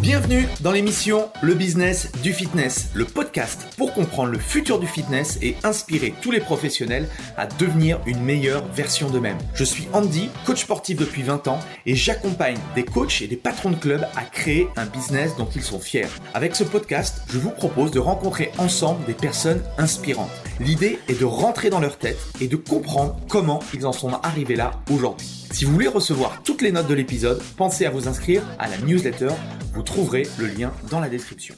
Bienvenue dans l'émission Le Business du Fitness, le podcast pour comprendre le futur du fitness et inspirer tous les professionnels à devenir une meilleure version d'eux-mêmes. Je suis Andy, coach sportif depuis 20 ans et j'accompagne des coachs et des patrons de clubs à créer un business dont ils sont fiers. Avec ce podcast, je vous propose de rencontrer ensemble des personnes inspirantes. L'idée est de rentrer dans leur tête et de comprendre comment ils en sont arrivés là aujourd'hui. Si vous voulez recevoir toutes les notes de l'épisode, pensez à vous inscrire à la newsletter. Vous trouverez le lien dans la description.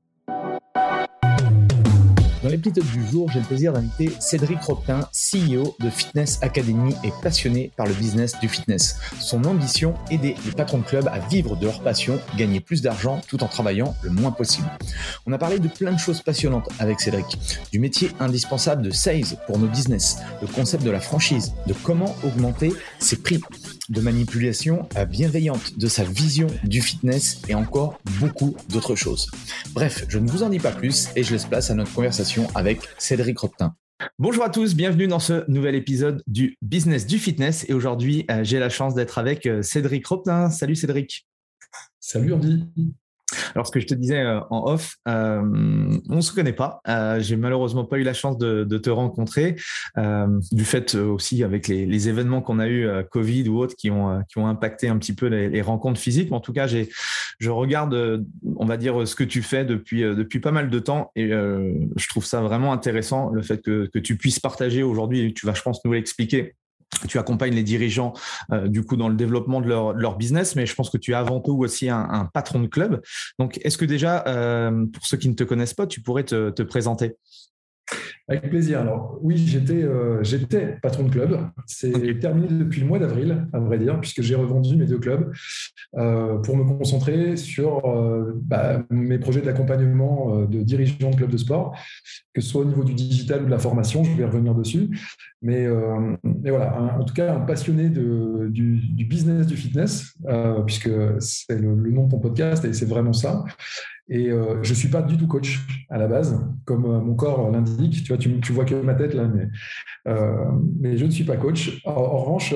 Dans l'épisode du jour, j'ai le plaisir d'inviter Cédric Roptin, CEO de Fitness Academy et passionné par le business du fitness. Son ambition, aider les patrons de clubs à vivre de leur passion, gagner plus d'argent tout en travaillant le moins possible. On a parlé de plein de choses passionnantes avec Cédric, du métier indispensable de sales pour nos business, le concept de la franchise, de comment augmenter ses prix, de manipulation bienveillante, de sa vision du fitness et encore beaucoup d'autres choses. Bref, je ne vous en dis pas plus et je laisse place à notre conversation avec Cédric Roptin. Bonjour à tous, bienvenue dans ce nouvel épisode du Business du Fitness et aujourd'hui j'ai la chance d'être avec Cédric Roptin. Salut Cédric. Salut Andy. Alors, ce que je te disais en off, on ne se connaît pas. J'ai malheureusement pas eu la chance de te rencontrer, du fait aussi avec les événements qu'on a eu, Covid ou autres, qui ont impacté un petit peu les rencontres physiques. Mais en tout cas, je regarde, on va dire, ce que tu fais depuis pas mal de temps et je trouve ça vraiment intéressant, le fait que tu puisses partager aujourd'hui. Tu vas, je pense, nous l'expliquer. Tu accompagnes les dirigeants du coup dans le développement de leur business, mais je pense que tu es avant tout aussi un patron de club. Donc, est-ce que déjà, pour ceux qui ne te connaissent pas, tu pourrais te présenter ? Avec plaisir. Alors oui, j'étais patron de club. C'est terminé depuis le mois d'avril, à vrai dire, puisque j'ai revendu mes deux clubs pour me concentrer sur mes projets d'accompagnement de dirigeants de clubs de sport, que ce soit au niveau du digital ou de la formation, je vais revenir dessus. Mais voilà, en tout cas, un passionné du business du fitness, puisque c'est le nom de ton podcast et c'est vraiment ça. Et je ne suis pas du tout coach à la base, comme mon corps l'indique. Tu vois, tu vois que ma tête là, mais je ne suis pas coach. En revanche,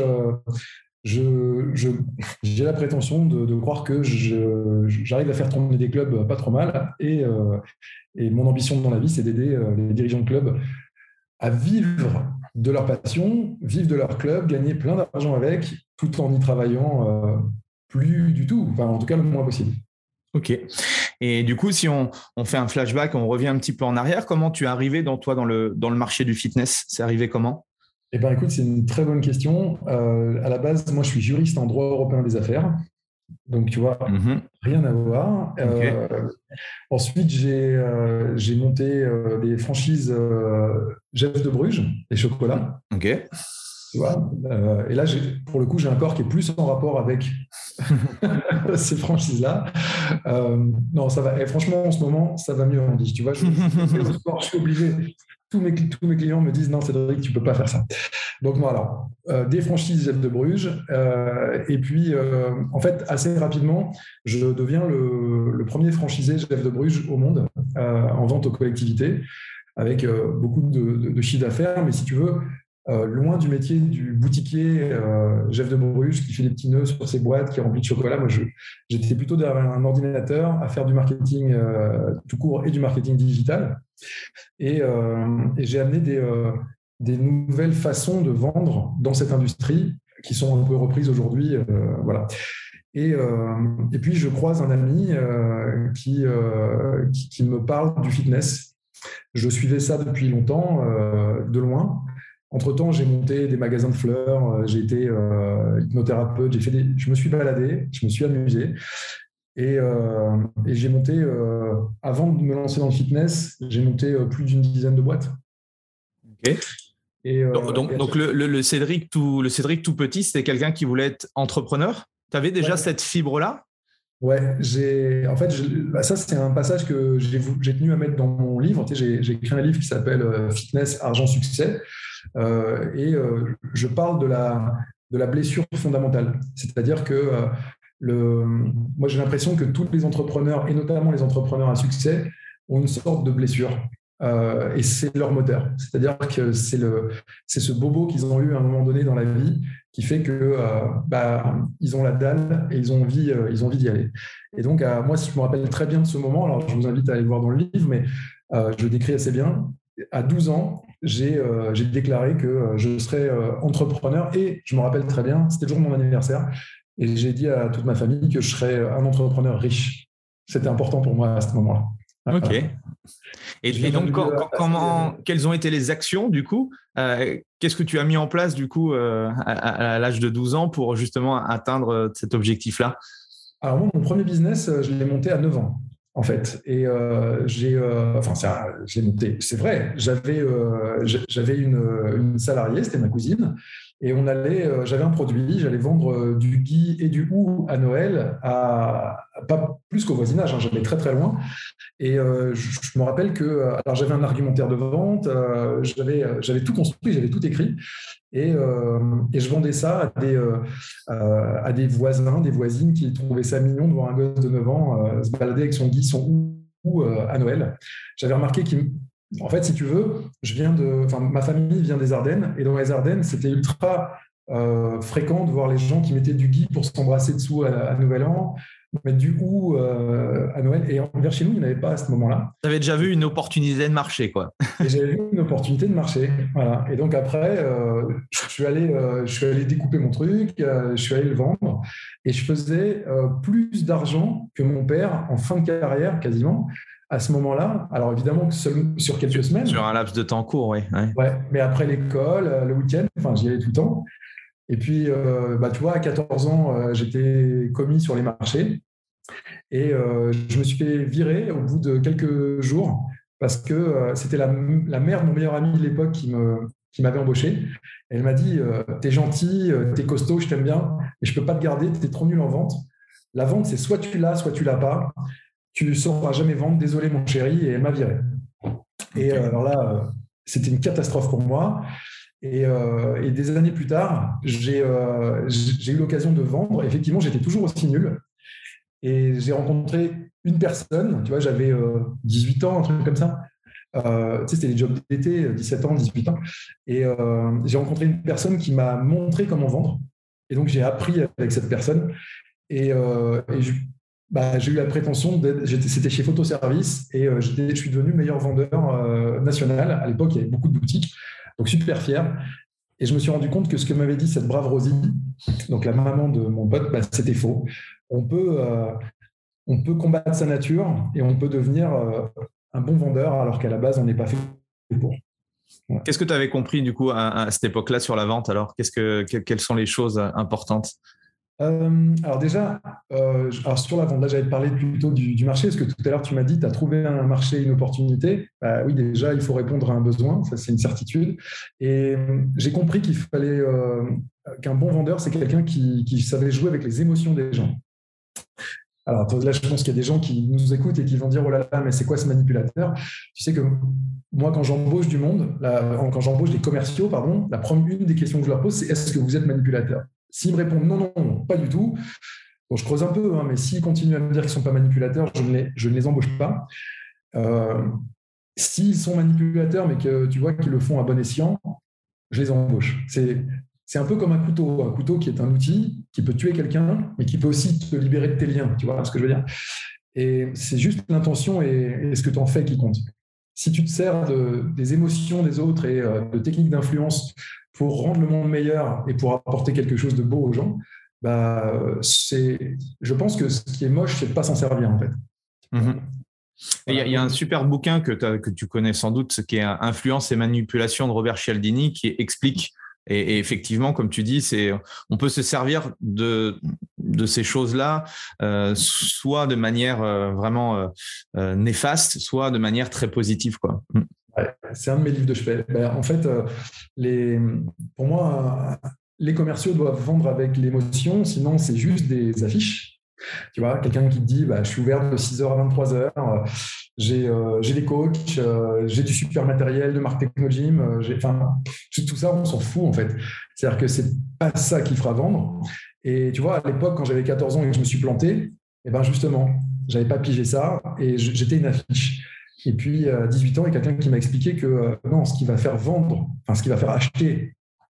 j'ai la prétention de croire que j'arrive à faire tourner des clubs pas trop mal. Et mon ambition dans la vie, c'est d'aider les dirigeants de clubs à vivre de leur passion, vivre de leur club, gagner plein d'argent avec, tout en y travaillant plus du tout, enfin en tout cas le moins possible. Ok. Et du coup, si on fait un flashback, on revient un petit peu en arrière, comment tu es arrivé dans le marché du fitness ? C'est arrivé comment ? Eh bien, écoute, c'est une très bonne question. À la base, moi, je suis juriste en droit européen des affaires. Donc, tu vois, rien à voir. Okay. Ensuite, j'ai monté des franchises Jeff de Bruges, les chocolats. Ok. Tu vois, et là, pour le coup, j'ai un corps qui est plus en rapport avec ces franchises-là. Non, ça va. Et franchement, en ce moment, ça va mieux, Andy. Tu vois, je suis obligé. Tous mes clients me disent non, Cédric, tu ne peux pas faire ça. Donc, non, alors, des franchises Jeff de Bruges. Et puis, en fait, assez rapidement, je deviens le premier franchisé Jeff de Bruges au monde en vente aux collectivités, avec beaucoup de chiffre d'affaires. Mais si tu veux, loin du métier du boutiquier Jeff de Bruges qui fait des petits nœuds sur ses boîtes, qui remplit de chocolat. Moi, j'étais plutôt derrière un ordinateur à faire du marketing tout court et du marketing digital. Et j'ai amené des nouvelles façons de vendre dans cette industrie qui sont un peu reprises aujourd'hui. Voilà. Et puis, je croise un ami qui me parle du fitness. Je suivais ça depuis longtemps, de loin. Entre-temps, j'ai monté des magasins de fleurs, j'ai été hypnothérapeute, je me suis baladé, je me suis amusé. Et j'ai monté, avant de me lancer dans le fitness, j'ai monté plus d'une dizaine de boîtes. Ok. Donc le Cédric tout petit, c'était quelqu'un qui voulait être entrepreneur. Tu avais déjà cette fibre-là ? Ouais, ça c'est un passage que j'ai tenu à mettre dans mon livre. Tu sais, j'ai écrit un livre qui s'appelle Fitness, Argent, Succès. Je parle de la blessure fondamentale. C'est-à-dire que moi, j'ai l'impression que tous les entrepreneurs, et notamment les entrepreneurs à succès, ont une sorte de blessure. Et c'est leur moteur. C'est-à-dire que c'est ce bobo qu'ils ont eu à un moment donné dans la vie qui fait que ils ont la dalle et ils ont envie d'y aller. Et donc, moi, si je me rappelle très bien de ce moment, alors je vous invite à aller le voir dans le livre, mais je le décris assez bien. À 12 ans, j'ai déclaré que je serais entrepreneur et je me rappelle très bien, c'était le jour de mon anniversaire, et j'ai dit à toute ma famille que je serais un entrepreneur riche. C'était important pour moi à ce moment-là. Ok. Et donc, quelles ont été les actions du coup qu'est-ce que tu as mis en place du coup à l'âge de 12 ans pour justement atteindre cet objectif-là? Alors moi, mon premier business, je l'ai monté à 9 ans. En fait, et je l'ai monté. C'est vrai, j'avais une salariée, c'était ma cousine, et j'avais un produit, j'allais vendre du gui et du hou à Noël, pas plus qu'au voisinage, hein, j'allais très très loin. Et je me rappelle que alors j'avais un argumentaire de vente, j'avais tout construit, j'avais tout écrit, et je vendais ça à des voisins, des voisines qui trouvaient ça mignon de voir un gosse de 9 ans se balader avec son gui, son hou à Noël. J'avais remarqué en fait, si tu veux, ma famille vient des Ardennes, et dans les Ardennes, c'était ultra fréquent de voir les gens qui mettaient du gui pour s'embrasser dessous à Nouvel An, mettre du hou à Noël. Et vers chez nous, il n'y en avait pas à ce moment-là. Tu avais déjà vu une opportunité de marché, quoi. Et j'avais vu une opportunité de marché. Voilà. Et donc après, je suis allé découper mon truc, je suis allé le vendre, et je faisais plus d'argent que mon père en fin de carrière, quasiment, à ce moment-là. Alors évidemment, sur quelques semaines. Sur un laps de temps court, oui. Ouais, mais après l'école, le week-end, j'y allais tout le temps. Et puis, tu vois, à 14 ans, j'étais commis sur les marchés. Et je me suis fait virer au bout de quelques jours parce que c'était la mère de mon meilleur ami de l'époque qui m'avait embauché. Elle m'a dit t'es gentil, t'es costaud, je t'aime bien, mais je peux pas te garder, t'es trop nul en vente. La vente, c'est soit tu l'as, soit tu l'as pas. Tu ne sauras jamais vendre, désolé mon chéri, et elle m'a viré. Et alors là, c'était une catastrophe pour moi. Et des années plus tard, j'ai eu l'occasion de vendre. Effectivement, j'étais toujours aussi nul. Et j'ai rencontré une personne, tu vois, j'avais 18 ans, un truc comme ça. Tu sais, c'était les jobs d'été, 17 ans, 18 ans. Et j'ai rencontré une personne qui m'a montré comment vendre. Et donc, j'ai appris avec cette personne. Et j'ai eu la prétention c'était chez Photoservice, et je suis devenu meilleur vendeur national. À l'époque, il y avait beaucoup de boutiques, donc super fier. Et je me suis rendu compte que ce que m'avait dit cette brave Rosie, donc la maman de mon pote, c'était faux. On peut combattre sa nature et on peut devenir un bon vendeur alors qu'à la base, on n'est pas fait pour. Voilà. Qu'est-ce que tu avais compris du coup à cette époque-là sur la vente alors? Quelles sont les choses importantes? Alors déjà, sur la vente, là j'avais parlé plutôt du marché, parce que tout à l'heure tu m'as dit tu as trouvé un marché, une opportunité. Oui, déjà il faut répondre à un besoin, ça c'est une certitude. Et j'ai compris qu'il fallait qu'un bon vendeur, c'est quelqu'un qui savait jouer avec les émotions des gens. Alors là, je pense qu'il y a des gens qui nous écoutent et qui vont dire oh là là, mais c'est quoi ce manipulateur? Tu sais que moi, quand j'embauche du monde, quand j'embauche des commerciaux, une des questions que je leur pose, c'est est-ce que vous êtes manipulateur? S'ils me répondent non, pas du tout, bon, je creuse un peu, mais s'ils continuent à me dire qu'ils ne sont pas manipulateurs, je ne les embauche pas. S'ils sont manipulateurs, mais que tu vois qu'ils le font à bon escient, je les embauche. C'est un peu comme un couteau qui est un outil qui peut tuer quelqu'un, mais qui peut aussi te libérer de tes liens, tu vois ce que je veux dire? Et c'est juste l'intention et ce que tu en fais qui compte. Si tu te sers des émotions des autres et de techniques d'influence pour rendre le monde meilleur et pour apporter quelque chose de beau aux gens, je pense que ce qui est moche, c'est de ne pas s'en servir en fait. Mm-hmm. Il y a un super bouquin que tu connais sans doute, qui est Influence et manipulation de Robert Cialdini, qui explique, et effectivement, comme tu dis, on peut se servir de ces choses-là, soit de manière vraiment néfaste, soit de manière très positive, quoi. Ouais, c'est un de mes livres de chevet. En fait, pour moi, les commerciaux doivent vendre avec l'émotion, sinon c'est juste des affiches. Tu vois, quelqu'un qui te dit je suis ouvert de 6h à 23h, j'ai des coachs, j'ai du super matériel de marque Technogym, tout ça, on s'en fout en fait. C'est-à-dire que c'est pas ça qui fera vendre. Et tu vois, à l'époque, quand j'avais 14 ans et que je me suis planté, justement, j'avais pas pigé ça et j'étais une affiche. Et puis, à 18 ans, il y a quelqu'un qui m'a expliqué que non, ce qui va faire vendre, ce qui va faire acheter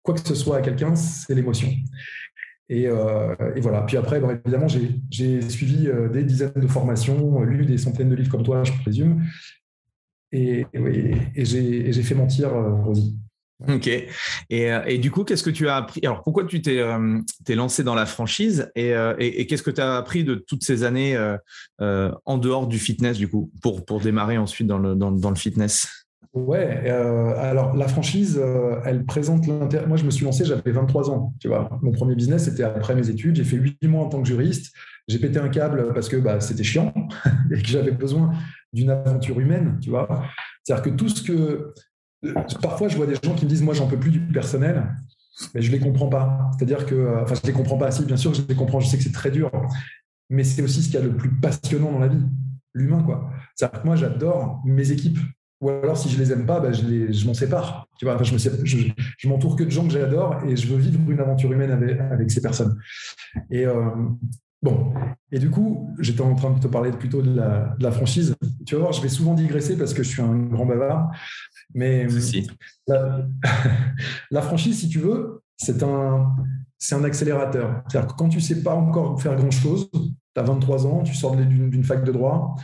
quoi que ce soit à quelqu'un, c'est l'émotion. Et voilà. Puis après, évidemment, j'ai suivi des dizaines de formations, lu des centaines de livres comme toi, je présume, et j'ai fait mentir Rosie. Ok. Et du coup, qu'est-ce que tu as appris? Alors, pourquoi tu t'es lancé dans la franchise et qu'est-ce que tu as appris de toutes ces années en dehors du fitness, du coup, pour démarrer ensuite dans le fitness? Ouais, alors la franchise, elle présente l'intérêt. Moi, je me suis lancé, j'avais 23 ans, tu vois. Mon premier business, c'était après mes études. J'ai fait 8 mois en tant que juriste. J'ai pété un câble parce que c'était chiant et que j'avais besoin d'une aventure humaine, tu vois. C'est-à-dire que tout ce que... Parfois, je vois des gens qui me disent, moi, j'en peux plus du personnel, mais je les comprends pas. C'est-à-dire que... Enfin, je les comprends pas. Si, bien sûr, je les comprends. Je sais que c'est très dur. Mais c'est aussi ce qu'il y a le plus passionnant dans la vie, l'humain, quoi. C'est-à-dire que moi, j'adore mes équipes. Ou alors, si je les aime pas, je m'en sépare. Tu vois, enfin, je m'entoure que de gens que j'adore et je veux vivre une aventure humaine avec ces personnes. Et bon, et du coup, j'étais en train de te parler plutôt de la franchise. Tu vas voir, je vais souvent digresser parce que je suis un grand bavard. Mais la franchise, si tu veux, c'est un accélérateur. C'est-à-dire que quand tu ne sais pas encore faire grand-chose, tu as 23 ans, tu sors d'une fac de droit,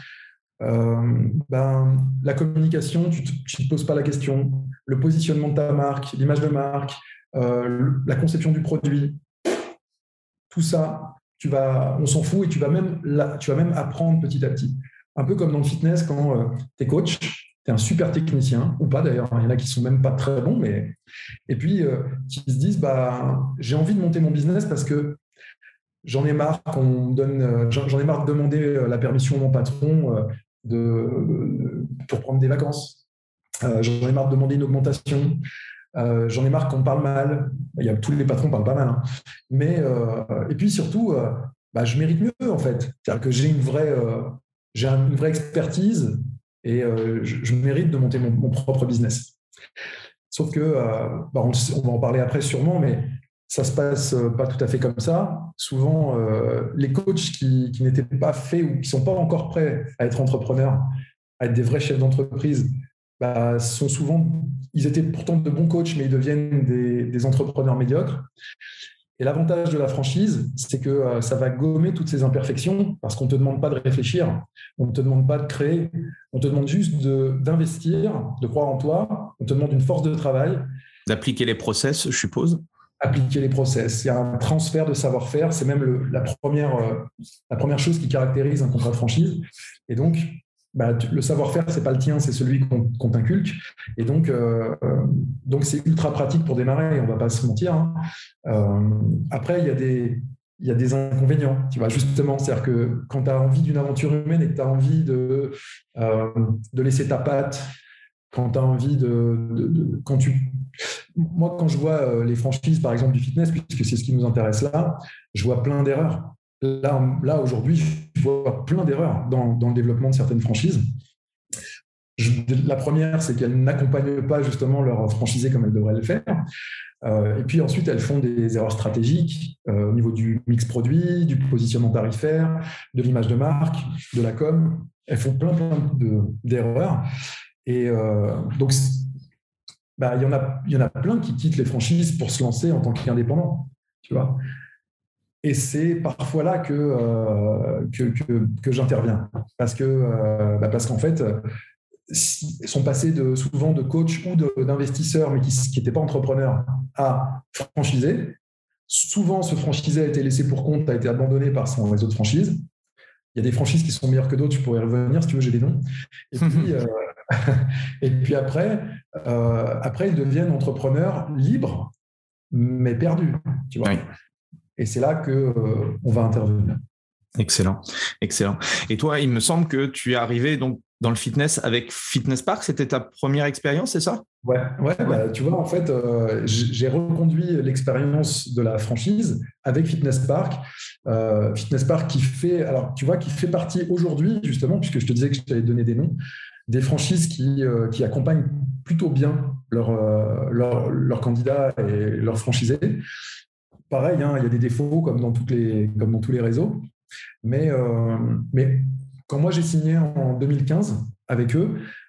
la communication, tu ne te poses pas la question. Le positionnement de ta marque, l'image de marque, la conception du produit, tout ça, on s'en fout et tu vas même apprendre petit à petit. Un peu comme dans le fitness, quand tu es coach, tu es un super technicien, ou pas d'ailleurs, il y en a qui ne sont même pas très bons, et puis qui se disent j'ai envie de monter mon business parce que j'en ai marre j'en ai marre de demander la permission à mon patron pour prendre des vacances. J'en ai marre de demander une augmentation. J'en ai marre qu'on me parle mal. Tous les patrons parlent pas mal. Hein. Mais, et puis surtout, je mérite mieux en fait. C'est-à-dire que j'ai une vraie expertise et je mérite de monter mon propre business. Sauf que, on va en parler après sûrement, mais ça se passe pas tout à fait comme ça. Souvent, les coachs qui n'étaient pas faits ou qui sont pas encore prêts à être entrepreneurs, à être des vrais chefs d'entreprise, sont souvent, ils étaient pourtant de bons coachs, mais ils deviennent des entrepreneurs médiocres. Et l'avantage de la franchise, c'est que ça va gommer toutes ces imperfections parce qu'on ne te demande pas de réfléchir, on ne te demande pas de créer, on te demande juste d'investir, de croire en toi, on te demande une force de travail. D'appliquer les process, je suppose. Appliquer les process. Il y a un transfert de savoir-faire, c'est même la première chose qui caractérise un contrat de franchise. Et donc, le savoir-faire, c'est pas le tien, c'est celui qu'on t'inculque. Et donc c'est ultra pratique pour démarrer, on va pas se mentir. Hein. Après, il y a des inconvénients, tu vois, justement. C'est-à-dire que quand tu as envie d'une aventure humaine et que tu as envie de laisser ta patte, quand tu as envie Moi, quand je vois les franchises, par exemple, du fitness, puisque c'est ce qui nous intéresse là, je vois plein d'erreurs. Là, aujourd'hui, je vois plein d'erreurs dans le développement de certaines franchises. La première, c'est qu'elles n'accompagnent pas justement leurs franchisés comme elles devraient le faire. Et puis ensuite, elles font des erreurs stratégiques au niveau du mix produit, du positionnement tarifaire, de l'image de marque, de la com. Elles font plein d'erreurs. Et donc, il y en a plein qui quittent les franchises pour se lancer en tant qu'indépendant, tu vois. Et c'est parfois là que j'interviens. Parce qu'en fait, ils sont passés souvent de coach ou d'investisseurs, mais qui n'étaient pas entrepreneurs, à franchisés. Souvent, ce franchisé a été laissé pour compte, a été abandonné par son réseau de franchise. Il y a des franchises qui sont meilleures que d'autres, je pourrais y revenir si tu veux, j'ai des noms. Et puis après, ils deviennent entrepreneurs libres, mais perdus, tu vois. Oui. Et c'est là qu'on va intervenir. Excellent. Et toi, il me semble que tu es arrivé donc dans le fitness avec Fitness Park. C'était ta première expérience, c'est ça ? Ouais. Tu vois, en fait, j'ai reconduit l'expérience de la franchise avec Fitness Park. Fitness Park qui fait partie aujourd'hui, justement, puisque je te disais que je t'avais donné des noms, des franchises qui accompagnent plutôt bien leurs candidats et leurs franchisés. Pareil, hein, il y a des défauts comme dans tous les réseaux. Mais quand moi j'ai signé en 2015 avec eux,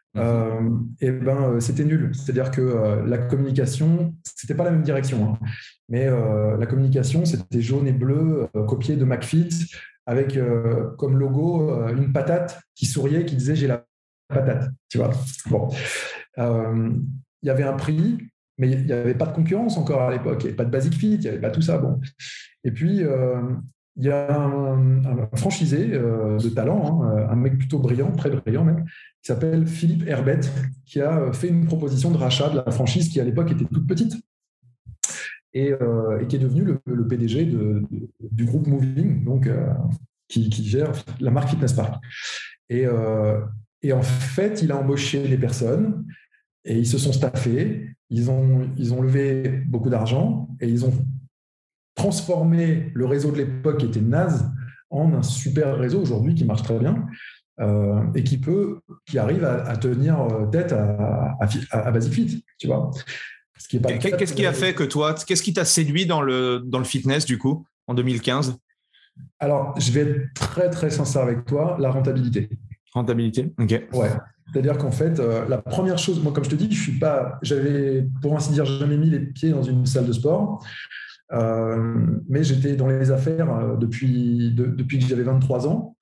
C'était nul. C'est-à-dire que la communication, c'était pas la même direction, hein. Mais la communication, c'était jaune et bleu, copié de McFit, avec comme logo une patate qui souriait, qui disait j'ai la patate. Tu vois. Bon, il y avait un prix, mais il n'y avait pas de concurrence encore à l'époque. Il n'y avait pas de Basic Fit, il n'y avait pas tout ça. Bon. Et puis il y a un franchisé de talent, hein, un mec plutôt brillant, très brillant même, qui s'appelle Philippe Herbette, qui a fait une proposition de rachat de la franchise qui à l'époque était toute petite et qui est devenu le PDG du groupe Moving, donc qui gère la marque Fitness Park. Et en fait, il a embauché des personnes et ils se sont staffés, ils ont levé beaucoup d'argent et ils ont transformé le réseau de l'époque qui était naze en un super réseau aujourd'hui qui marche très bien et qui arrive à tenir tête à Basic Fit, tu vois. Qu'est-ce qui a fait que toi, qu'est-ce qui t'a séduit dans le fitness du coup en 2015? Alors, je vais être très très sincère avec toi, la rentabilité. Rentabilité, ok. Ouais. C'est-à-dire qu'en fait, la première chose, moi comme je te dis, j'avais pour ainsi dire jamais mis les pieds dans une salle de sport. Mais j'étais dans les affaires depuis que j'avais 23 ans.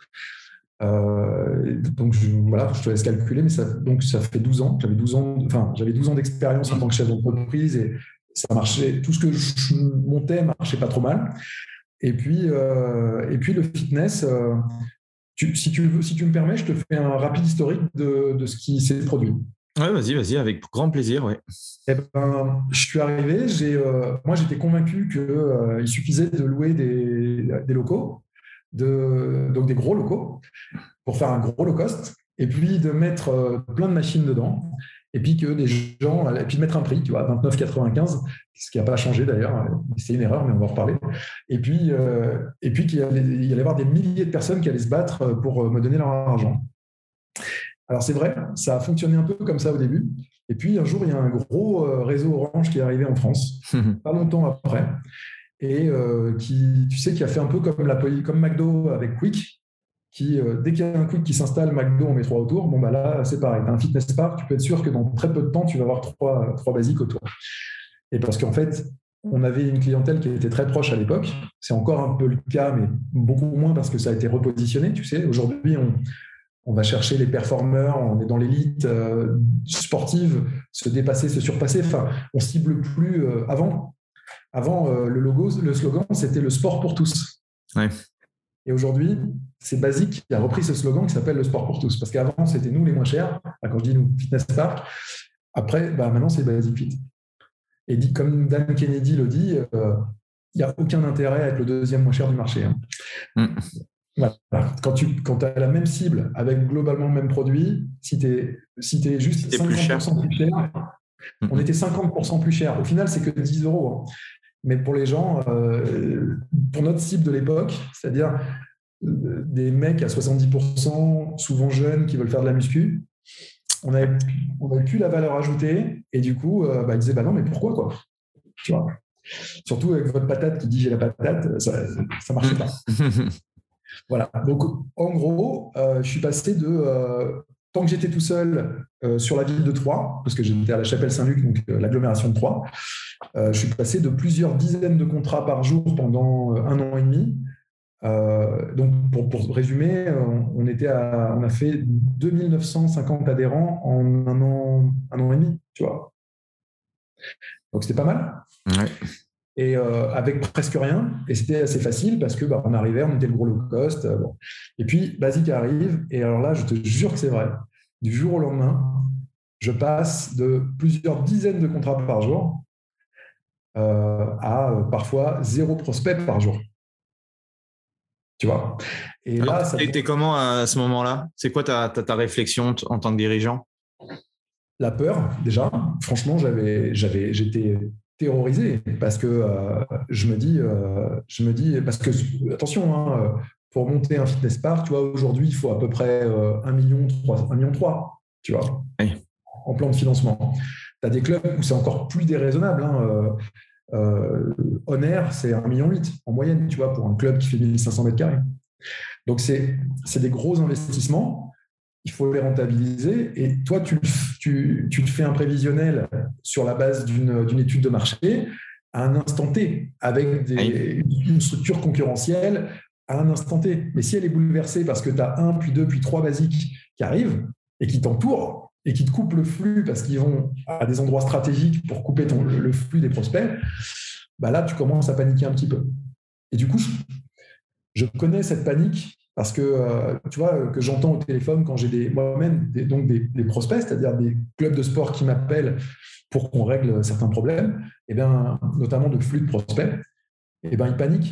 Donc je te laisse calculer, mais ça fait 12 ans. J'avais 12 ans d'expérience en tant que chef d'entreprise et ça marchait. Tout ce que je montais marchait pas trop mal. Et puis le fitness. Si tu me permets, je te fais un rapide historique de ce qui s'est produit. Ouais, vas-y, avec grand plaisir. Ouais. Je suis arrivé, moi j'étais convaincu qu'il suffisait de louer des locaux, donc des gros locaux, pour faire un gros low cost, et puis de mettre plein de machines dedans, et puis que des gens, et puis de mettre un prix, tu vois, 29,95, ce qui n'a pas changé d'ailleurs, c'est une erreur, mais on va en reparler. Et puis qu'il y allait y avoir des milliers de personnes qui allaient se battre pour me donner leur argent. Alors c'est vrai, ça a fonctionné un peu comme ça au début. Et puis un jour, il y a un gros réseau Orange qui est arrivé en France, pas longtemps après, et qui a fait un peu comme McDo avec Quick, qui dès qu'il y a un Quick qui s'installe, McDo on met 3 autour. Bon bah là c'est pareil, tu as un fitness park, tu peux être sûr que dans très peu de temps, tu vas avoir trois basiques autour. Et parce qu'en fait, on avait une clientèle qui était très proche à l'époque. C'est encore un peu le cas, mais beaucoup moins parce que ça a été repositionné. Tu sais, aujourd'hui, on va chercher les performeurs, on est dans l'élite sportive, se dépasser, se surpasser. Enfin, on cible plus avant. Avant, le slogan, c'était le sport pour tous. Ouais. Et aujourd'hui, c'est Basic qui a repris ce slogan qui s'appelle le sport pour tous. Parce qu'avant, c'était nous les moins chers. Quand je dis nous, Fitness Park. Après, maintenant, c'est Basic Fit. Et comme Dan Kennedy le dit, il n'y a aucun intérêt à être le deuxième moins cher du marché. Hein. Voilà. Quand tu as la même cible avec globalement le même produit, si tu es juste 50% plus cher, on était 50% plus cher. Au final, c'est que 10 euros. Hein. Mais pour les gens, pour notre cible de l'époque, c'est-à-dire des mecs à 70%, souvent jeunes, qui veulent faire de la muscu, on n'avait plus la valeur ajoutée. Et du coup, ils disaient, non, mais pourquoi quoi, tu vois. Surtout avec votre patate qui dit j'ai la patate, ça ne marchait pas. Voilà, donc en gros, je suis passé tant que j'étais tout seul sur la ville de Troyes, parce que j'étais à la Chapelle-Saint-Luc, donc l'agglomération de Troyes, je suis passé de plusieurs dizaines de contrats par jour pendant 1 an et demi. Donc pour résumer, on a fait 2950 adhérents en un an et demi, tu vois. Donc c'était pas mal. Ouais. Et avec presque rien, et c'était assez facile parce que on arrivait, on était le gros low cost. Bon. Et puis Basic arrive, et alors là, je te jure que c'est vrai. Du jour au lendemain, je passe de plusieurs dizaines de contrats par jour à parfois 0 prospect par jour. Tu vois. Et alors, là, t'es comment à ce moment-là? C'est quoi ta réflexion en tant que dirigeant? La peur, déjà. Franchement, j'étais terrorisé parce que je me dis parce que attention, hein, pour monter un fitness park, tu vois, aujourd'hui il faut à peu près 1,3 million, tu vois, oui. En plan de financement. Tu as des clubs où c'est encore plus déraisonnable. Hein, On Air, c'est 1,8 million en moyenne, tu vois, pour un club qui fait 1500 mètres carrés. Donc c'est des gros investissements. il faut les rentabiliser. Et toi, tu te fais un prévisionnel sur la base d'une étude de marché à un instant T, avec une structure concurrentielle à un instant T. Mais si elle est bouleversée parce que tu as 1, puis 2, puis 3 basiques qui arrivent et qui t'entourent et qui te coupent le flux parce qu'ils vont à des endroits stratégiques pour couper le flux des prospects, bah là, tu commences à paniquer un petit peu. Et du coup, je connais cette panique parce que, tu vois, que j'entends au téléphone quand j'ai moi-même des prospects, c'est-à-dire des clubs de sport qui m'appellent pour qu'on règle certains problèmes, et bien, notamment de flux de prospects, et bien, ils paniquent.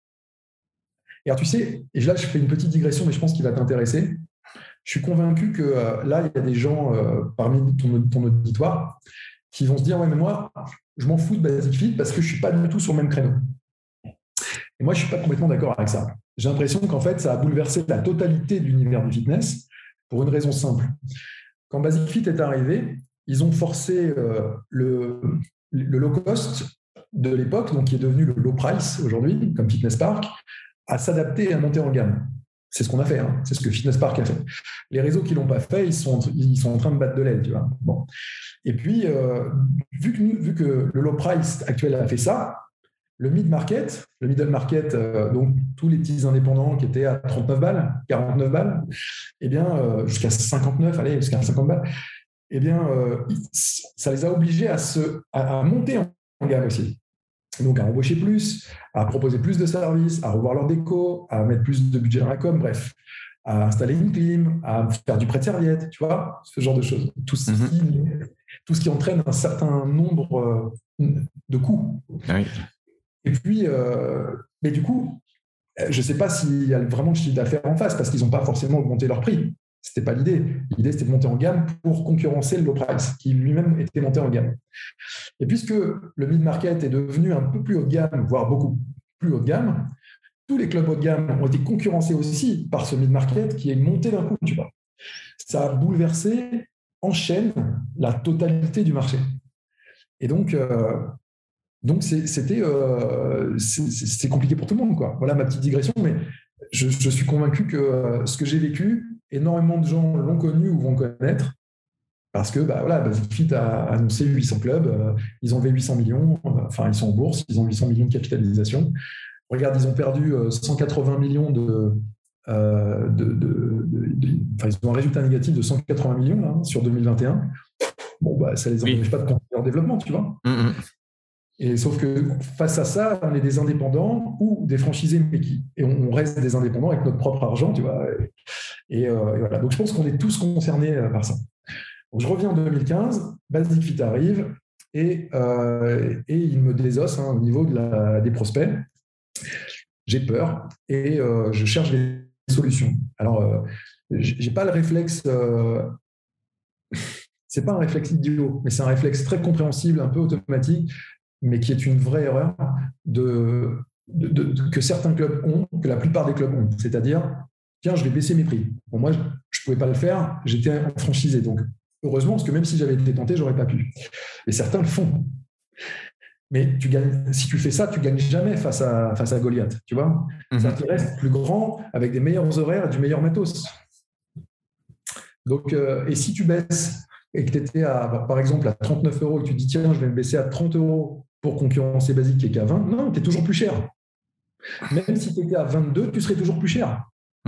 Et alors, tu sais, et là, je fais une petite digression, mais je pense qu'il va t'intéresser. Je suis convaincu que là, il y a des gens parmi ton auditoire qui vont se dire « Ouais, mais moi, je m'en fous de Basic Fit parce que je ne suis pas du tout sur le même créneau. » Et moi, je ne suis pas complètement d'accord avec ça. J'ai l'impression qu'en fait, ça a bouleversé la totalité de l'univers du fitness pour une raison simple. Quand Basic Fit est arrivé, ils ont forcé le low cost de l'époque, donc qui est devenu le low price aujourd'hui, comme Fitness Park, à s'adapter et à monter en gamme. C'est ce qu'on a fait, hein. C'est ce que Fitness Park a fait. Les réseaux qui ne l'ont pas fait, ils sont en train de battre de l'aile, tu vois. Bon. Et puis, vu que le low price actuel a fait ça, le mid-market, le middle market, donc tous les petits indépendants qui étaient à 39 balles, 49 balles, eh bien, jusqu'à 59, allez, jusqu'à 50 balles, eh bien, ça les a obligés à monter en gamme aussi. Donc, à embaucher plus, à proposer plus de services, à revoir leur déco, à mettre plus de budget dans la com, bref, à installer une clim, à faire du prêt de serviette, tu vois, ce genre de choses. Tout ce qui entraîne un certain nombre de coûts. Oui. Et puis, mais du coup, je ne sais pas s'il y a vraiment le chiffre d'affaires en face, parce qu'ils n'ont pas forcément augmenté leur prix. Ce n'était pas l'idée. L'idée, c'était de monter en gamme pour concurrencer le low price, qui lui-même était monté en gamme. Et puisque le mid-market est devenu un peu plus haut de gamme, voire beaucoup plus haut de gamme, tous les clubs haut de gamme ont été concurrencés aussi par ce mid-market qui est monté d'un coup, tu vois. Ça a bouleversé en chaîne la totalité du marché. Et donc c'est compliqué pour tout le monde, quoi. Voilà ma petite digression, mais je suis convaincu que ce que j'ai vécu, énormément de gens l'ont connu ou vont connaître, parce que Basic Fit a annoncé 800 clubs, ils ont levé 800 millions, ils sont en bourse, ils ont 800 millions de capitalisation. Regarde, ils ont perdu 180 millions ils ont un résultat négatif de 180 millions là, sur 2021. Bon, ça les empêche pas de continuer leur développement, tu vois. Mm-hmm. Et sauf que face à ça, on est des indépendants ou des franchisés, et on reste des indépendants avec notre propre argent, tu vois. Et voilà. Donc je pense qu'on est tous concernés par ça. Donc je reviens en 2015, Basic Fit arrive et il me désosse au niveau des prospects. J'ai peur et je cherche des solutions. Alors, j'ai pas le réflexe. C'est pas un réflexe idiot, mais c'est un réflexe très compréhensible, un peu automatique, mais qui est une vraie erreur que certains clubs ont, que la plupart des clubs ont. C'est-à-dire, tiens, je vais baisser mes prix. Bon, moi, je ne pouvais pas le faire, j'étais franchisé. Donc, heureusement, parce que même si j'avais été tenté, je n'aurais pas pu. Et certains le font. Mais si tu fais ça, tu ne gagnes jamais face à Goliath. Tu vois, ça te reste plus grand, avec des meilleurs horaires et du meilleur matos. Donc, et si tu baisses et que tu étais par exemple à 39 € et que tu dis tiens, je vais me baisser à 30 € pour concurrencer Basic qui est qu'à 20, non, tu es toujours plus cher. Même si tu étais à 22, tu serais toujours plus cher.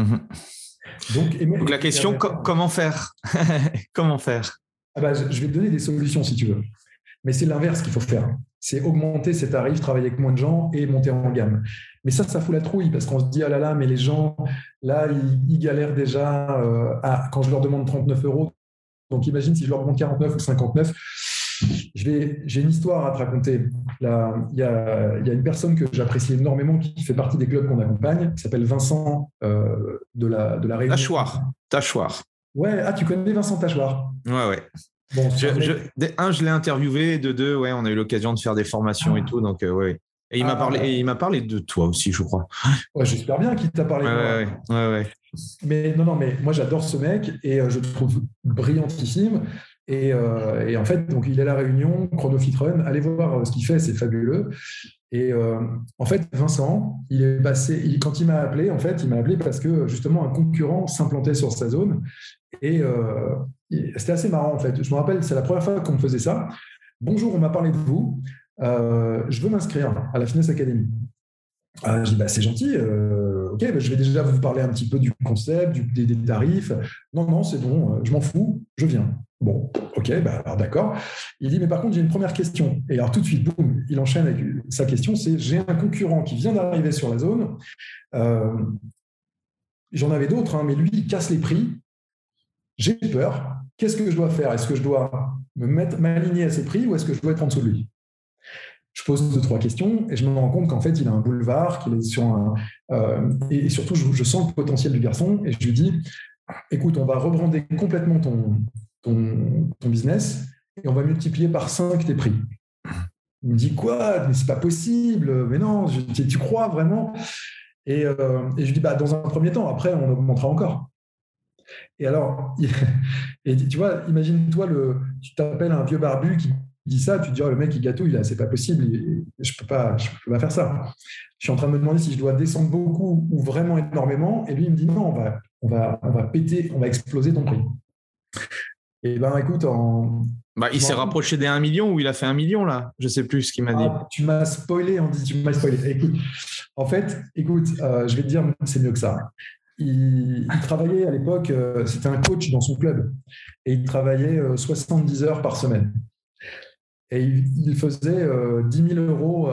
Donc la question, comment faire? Comment faire? Je vais te donner des solutions si tu veux. Mais c'est l'inverse qu'il faut faire. C'est augmenter ses tarifs, travailler avec moins de gens et monter en gamme. Mais ça fout la trouille parce qu'on se dit, ah là là, mais les gens, là, ils galèrent déjà quand je leur demande 39 €. Donc, imagine si je leur demande 49 ou 59. J'ai une histoire à te raconter. Là, il y a une personne que j'apprécie énormément qui fait partie des clubs qu'on accompagne, qui s'appelle Vincent de la Réunion. Tachoir. Ouais, tu connais Vincent Tachoir? Ouais. Bon, je l'ai interviewé, de deux, ouais, on a eu l'occasion de faire des formations et tout, donc ouais. Et il m'a parlé de toi aussi, je crois. Ouais, j'espère bien qu'il t'a parlé de moi. Ouais. Mais non, mais moi j'adore ce mec et je le trouve brillantissime. Et en fait, donc, il est à La Réunion, ChronoFit Run. Allez voir ce qu'il fait, c'est fabuleux. Et en fait, Vincent, il est passé. Quand il m'a appelé, en fait, il m'a appelé parce que justement un concurrent s'implantait sur sa zone. Et c'était assez marrant, en fait. Je me rappelle, c'est la première fois qu'on me faisait ça. Bonjour, on m'a parlé de vous. Je veux m'inscrire à la Fitness Academy. Je dis, c'est gentil. Ok, je vais déjà vous parler un petit peu du concept, des tarifs. Non, c'est bon, je m'en fous, je viens. Bon, ok, alors d'accord. Il dit, mais par contre, j'ai une première question. Et alors tout de suite, boum, il enchaîne avec sa question, c'est, j'ai un concurrent qui vient d'arriver sur la zone. J'en avais d'autres, mais lui, il casse les prix. J'ai peur. Qu'est-ce que je dois faire? Est-ce que je dois m'aligner à ses prix ou est-ce que je dois être en dessous de lui? Je pose 2-3 questions et je me rends compte qu'en fait, il a un boulevard, qu'il est sur et surtout, je sens le potentiel du garçon et je lui dis, écoute, on va rebrander complètement ton business et on va multiplier par 5 tes prix. Il me dit, quoi? Mais c'est pas possible. Mais non, tu crois vraiment? Et je lui dis, dans un premier temps, après, on augmentera encore. Et alors, tu vois, imagine-toi, tu t'appelles un vieux barbu qui dit ça, tu te dis, le mec, il gâtouille, là, c'est pas possible, je peux pas faire ça. Je suis en train de me demander si je dois descendre beaucoup ou vraiment énormément, et lui, il me dit, non, on va péter, on va exploser ton prix. Et écoute, il s'est rapproché des 1 million ou il a fait 1 million, là? Je sais plus ce qu'il m'a dit. Tu m'as spoilé, Écoute, en fait, je vais te dire, c'est mieux que ça. Il travaillait à l'époque, c'était un coach dans son club, et il travaillait 70 heures par semaine. Et il faisait 10 000 euros.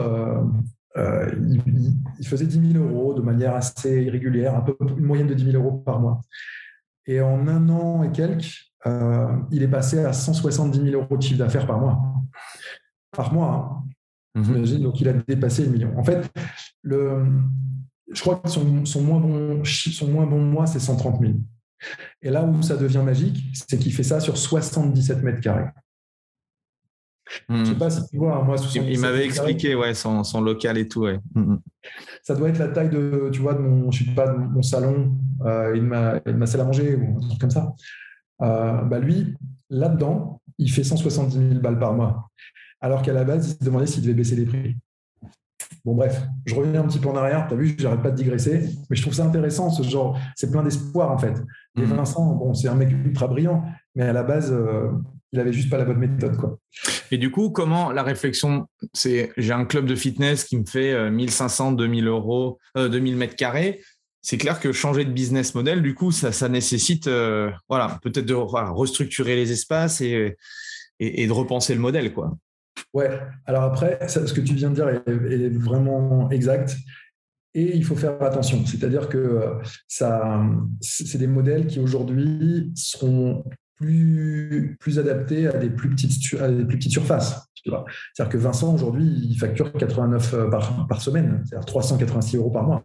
Il faisait 10 000 euros de manière assez irrégulière, une moyenne de 10 000 euros par mois. Et en 1 an et quelques, il est passé à 170 000 euros de chiffre d'affaires par mois. Par mois, hein. J'imagine, donc il a dépassé le million. En fait, je crois que son moins bon mois, c'est 130 000. Et là où ça devient magique, c'est qu'il fait ça sur 77 mètres carrés. Je ne sais pas si tu vois, moi, il m'avait expliqué, son local et tout. Ouais. Ça doit être la taille de mon salon, et de ma salle à manger ou un truc comme ça. Lui, là-dedans, il fait 170 000 balles par mois. Alors qu'à la base, il se demandait s'il devait baisser les prix. Bon, bref, je reviens un petit peu en arrière. Tu as vu, j'arrête pas de digresser. Mais je trouve ça intéressant, ce genre. C'est plein d'espoir, en fait. Et Vincent, c'est un mec ultra brillant. Mais à la base, il avait juste pas la bonne méthode, quoi. Et du coup, comment la réflexion, c'est j'ai un club de fitness qui me fait 1500, 2000 euros, 2000 mètres carrés. C'est clair que changer de business model, du coup, ça nécessite peut-être de restructurer les espaces et de repenser le modèle, quoi. Ouais, alors après, ce que tu viens de dire est vraiment exact. Et il faut faire attention. C'est-à-dire que c'est des modèles qui aujourd'hui seront plus adaptés à des plus petites surfaces. Tu vois. C'est-à-dire que Vincent, aujourd'hui, il facture 89 par semaine, c'est-à-dire 386 euros par mois.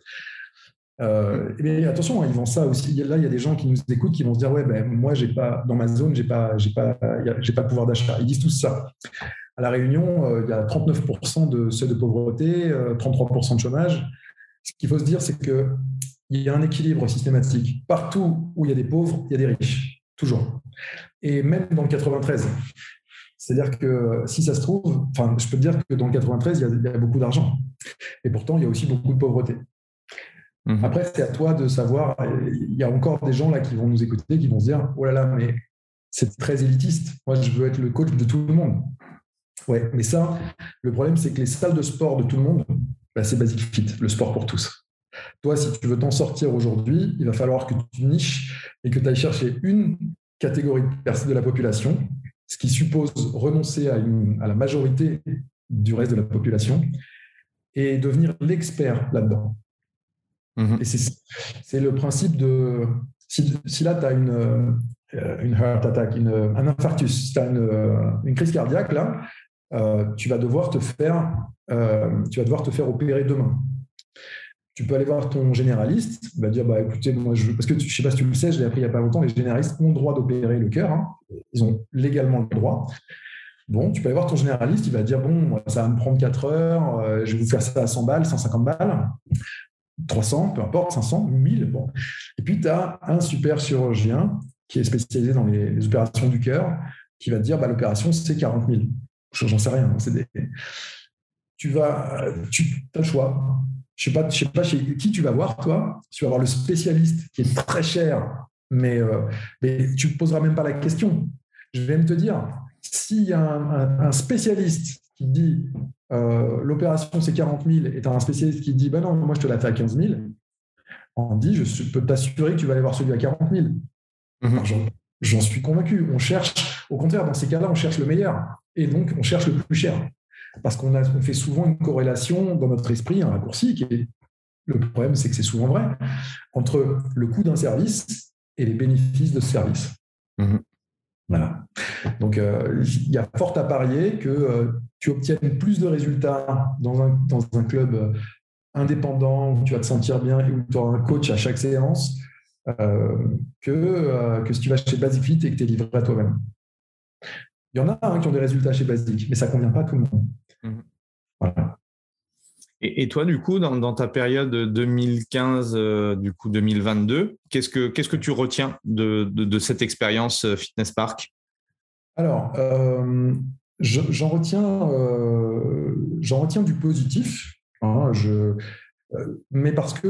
Mais attention, ils vendent ça aussi. Là, il y a des gens qui nous écoutent qui vont se dire, moi, dans ma zone, j'ai pas de pouvoir d'achat. Ils disent tous ça. À La Réunion, il y a 39% de seuil de pauvreté, 33% de chômage. Ce qu'il faut se dire, c'est qu'il y a un équilibre systématique. Partout où il y a des pauvres, il y a des riches. Toujours. Et même dans le 93. C'est-à-dire que si ça se trouve, je peux te dire que dans le 93, il y a beaucoup d'argent. Et pourtant, il y a aussi beaucoup de pauvreté. Après, c'est à toi de savoir. Il y a encore des gens là qui vont nous écouter, qui vont se dire, oh là là, mais c'est très élitiste. Moi, je veux être le coach de tout le monde. Ouais, mais ça, le problème, c'est que les salles de sport de tout le monde, c'est Basic Fit, le sport pour tous. Toi, si tu veux t'en sortir aujourd'hui, il va falloir que tu niches et que tu ailles chercher une catégorie de la population, ce qui suppose renoncer à la majorité du reste de la population et devenir l'expert là-dedans. Et c'est le principe de... Si là, tu as une heart attack, un infarctus, tu as une crise cardiaque, là, tu vas devoir te faire opérer demain. Tu peux aller voir ton généraliste, il va dire écoutez, moi parce que je ne sais pas si tu le sais, je l'ai appris il n'y a pas longtemps, les généralistes ont le droit d'opérer le cœur, hein. Ils ont légalement le droit. Bon, tu peux aller voir ton généraliste, il va dire ça va me prendre 4 heures, je vais vous faire ça à 100 balles, 150 balles, 300, peu importe, 500, 1000. Bon. Et puis tu as un super chirurgien qui est spécialisé dans les opérations du cœur, qui va te dire l'opération, c'est 40 000. J'en sais rien. Tu as le choix. Je ne sais pas chez qui tu vas voir, toi. Tu vas voir le spécialiste qui est très cher, mais tu ne te poseras même pas la question. Je vais même te dire, s'il y a un spécialiste qui te dit l'opération c'est 40 000 et tu as un spécialiste qui te dit non, moi je te la fais à 15 000, on dit je peux t'assurer que tu vas aller voir celui à 40 000. J'en suis convaincu. On cherche, au contraire, dans ces cas-là, on cherche le meilleur. Et donc, on cherche le plus cher. Parce qu'on fait souvent une corrélation dans notre esprit, un raccourci, le problème, c'est que c'est souvent vrai, entre le coût d'un service et les bénéfices de ce service. Voilà. Donc, il y a fort à parier que tu obtiennes plus de résultats dans un club indépendant où tu vas te sentir bien et où tu auras un coach à chaque séance que si tu vas chez Basic Fit et que tu es livré à toi-même. Il y en a qui ont des résultats chez Basic, mais ça ne convient pas à tout le monde. Voilà. Et toi, du coup, dans ta période 2015-2022, qu'est-ce que tu retiens de cette expérience Fitness Park? Alors, j'en retiens du positif, mais parce que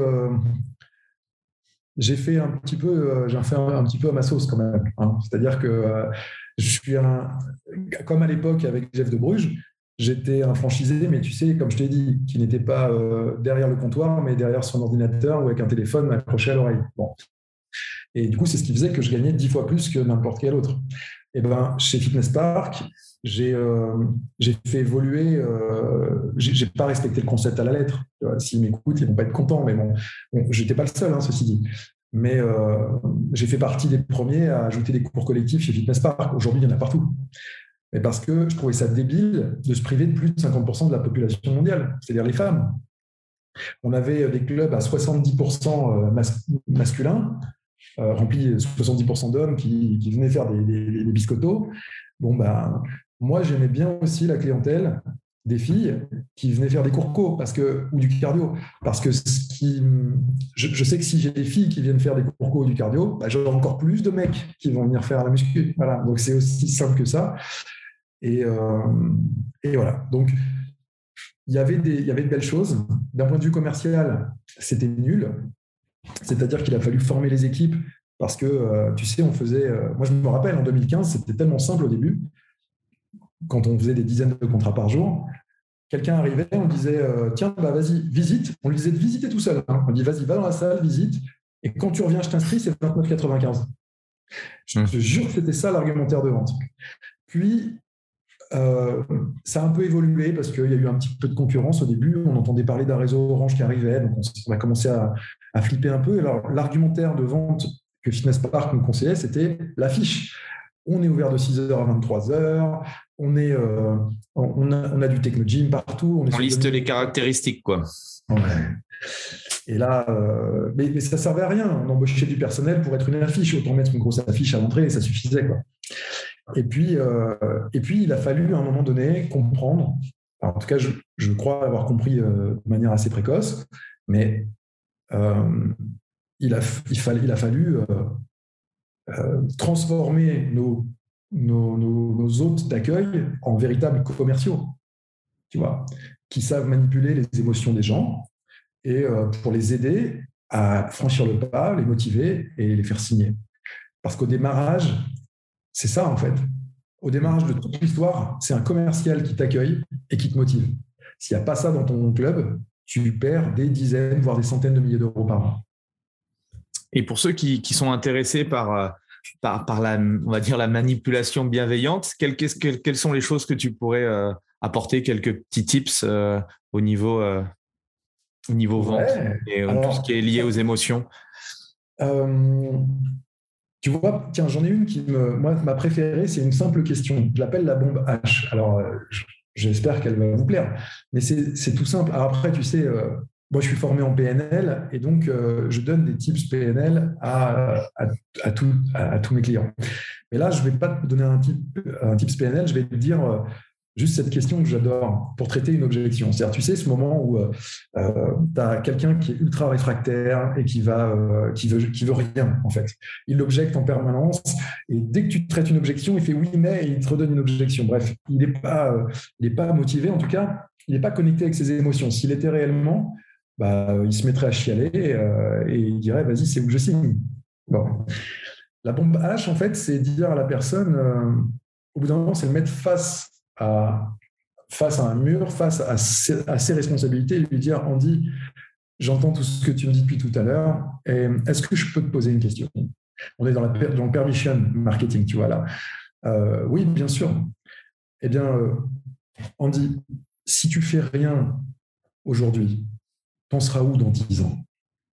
j'ai fait un petit peu à ma sauce quand même. C'est-à-dire que je suis comme à l'époque avec Jeff de Bruges, j'étais un franchisé, mais tu sais, comme je t'ai dit, qui n'était pas derrière le comptoir, mais derrière son ordinateur ou avec un téléphone accroché à l'oreille. Bon. Et du coup, c'est ce qui faisait que je gagnais 10 fois plus que n'importe quel autre. Et chez Fitness Park, j'ai fait évoluer. J'ai pas respecté le concept à la lettre. S'ils m'écoutent, ils vont pas être contents. Mais bon, j'étais pas le seul, ceci dit. Mais j'ai fait partie des premiers à ajouter des cours collectifs chez Fitness Park. Aujourd'hui, il y en a partout. Mais parce que je trouvais ça débile de se priver de plus de 50% de la population mondiale, c'est-à-dire les femmes. On avait des clubs à 70% masculins, remplis 70% d'hommes qui venaient faire des biscottos. Moi, j'aimais bien aussi la clientèle des filles qui venaient faire des cours co ou du cardio. Parce que je sais que si j'ai des filles qui viennent faire des cours co ou du cardio, j'aurai encore plus de mecs qui vont venir faire la muscu. Voilà. Donc, c'est aussi simple que ça. Et voilà. Donc, il y avait de belles choses. D'un point de vue commercial, c'était nul. C'est-à-dire qu'il a fallu former les équipes parce que, tu sais, on faisait… moi, je me rappelle, en 2015, c'était tellement simple au début. Quand on faisait des dizaines de contrats par jour, quelqu'un arrivait, on disait tiens, vas-y, visite. On lui disait de visiter tout seul. On dit vas-y, va dans la salle, visite. Et quand tu reviens, je t'inscris, c'est 29,95. Je te jure que c'était ça l'argumentaire de vente. Puis, ça a un peu évolué parce qu'il y a eu un petit peu de concurrence au début. On entendait parler d'un réseau Orange qui arrivait, donc on a commencé à flipper un peu. Alors, l'argumentaire de vente que Fitness Park nous conseillait, c'était l'affiche. On est ouvert de 6h à 23h, on a du Technogym partout. On liste les caractéristiques, quoi. Ouais. Et là, mais ça ne servait à rien. On embauchait du personnel pour être une affiche. Autant mettre une grosse affiche à l'entrée et ça suffisait, quoi. Et puis, il a fallu à un moment donné comprendre, en tout cas, je crois avoir compris de manière assez précoce, mais il a fallu transformer nos hôtes d'accueil en véritables commerciaux, tu vois, qui savent manipuler les émotions des gens et pour les aider à franchir le pas, les motiver et les faire signer. Parce qu'au démarrage, c'est ça, en fait. Au démarrage de toute l'histoire, c'est un commercial qui t'accueille et qui te motive. S'il n'y a pas ça dans ton club, tu perds des dizaines, voire des centaines de milliers d'euros par an. Et pour ceux qui sont intéressés par la, on va dire, la manipulation bienveillante, quelles sont les choses que tu pourrais apporter, quelques petits tips au niveau vente et tout ce qui est lié aux émotions? Tu vois, tiens, j'en ai une moi, ma préférée, c'est une simple question. Je l'appelle la bombe H. Alors, j'espère qu'elle va vous plaire. Mais c'est tout simple. Alors après, tu sais, moi, je suis formé en PNL et donc, je donne des tips PNL à tous mes clients. Mais là, je ne vais pas te donner un tips PNL, je vais te dire Juste cette question que j'adore pour traiter une objection. C'est-à-dire, tu sais, ce moment où tu as quelqu'un qui est ultra réfractaire et qui veut rien, en fait. Il objecte en permanence et dès que tu traites une objection, il fait oui, mais et il te redonne une objection. Bref, il n'est pas motivé, en tout cas, il n'est pas connecté avec ses émotions. S'il était réellement, il se mettrait à chialer et il dirait, vas-y, c'est où que je signe. Bon. La bombe H, en fait, c'est dire à la personne, au bout d'un moment, c'est le mettre face à un mur, face à ses responsabilités, et lui dire, Andy, j'entends tout ce que tu me dis depuis tout à l'heure, et est-ce que je peux te poser une question? On est dans le permission marketing, tu vois, là. Oui, bien sûr. Eh bien, Andy, si tu fais rien aujourd'hui, t'en seras où dans 10 ans?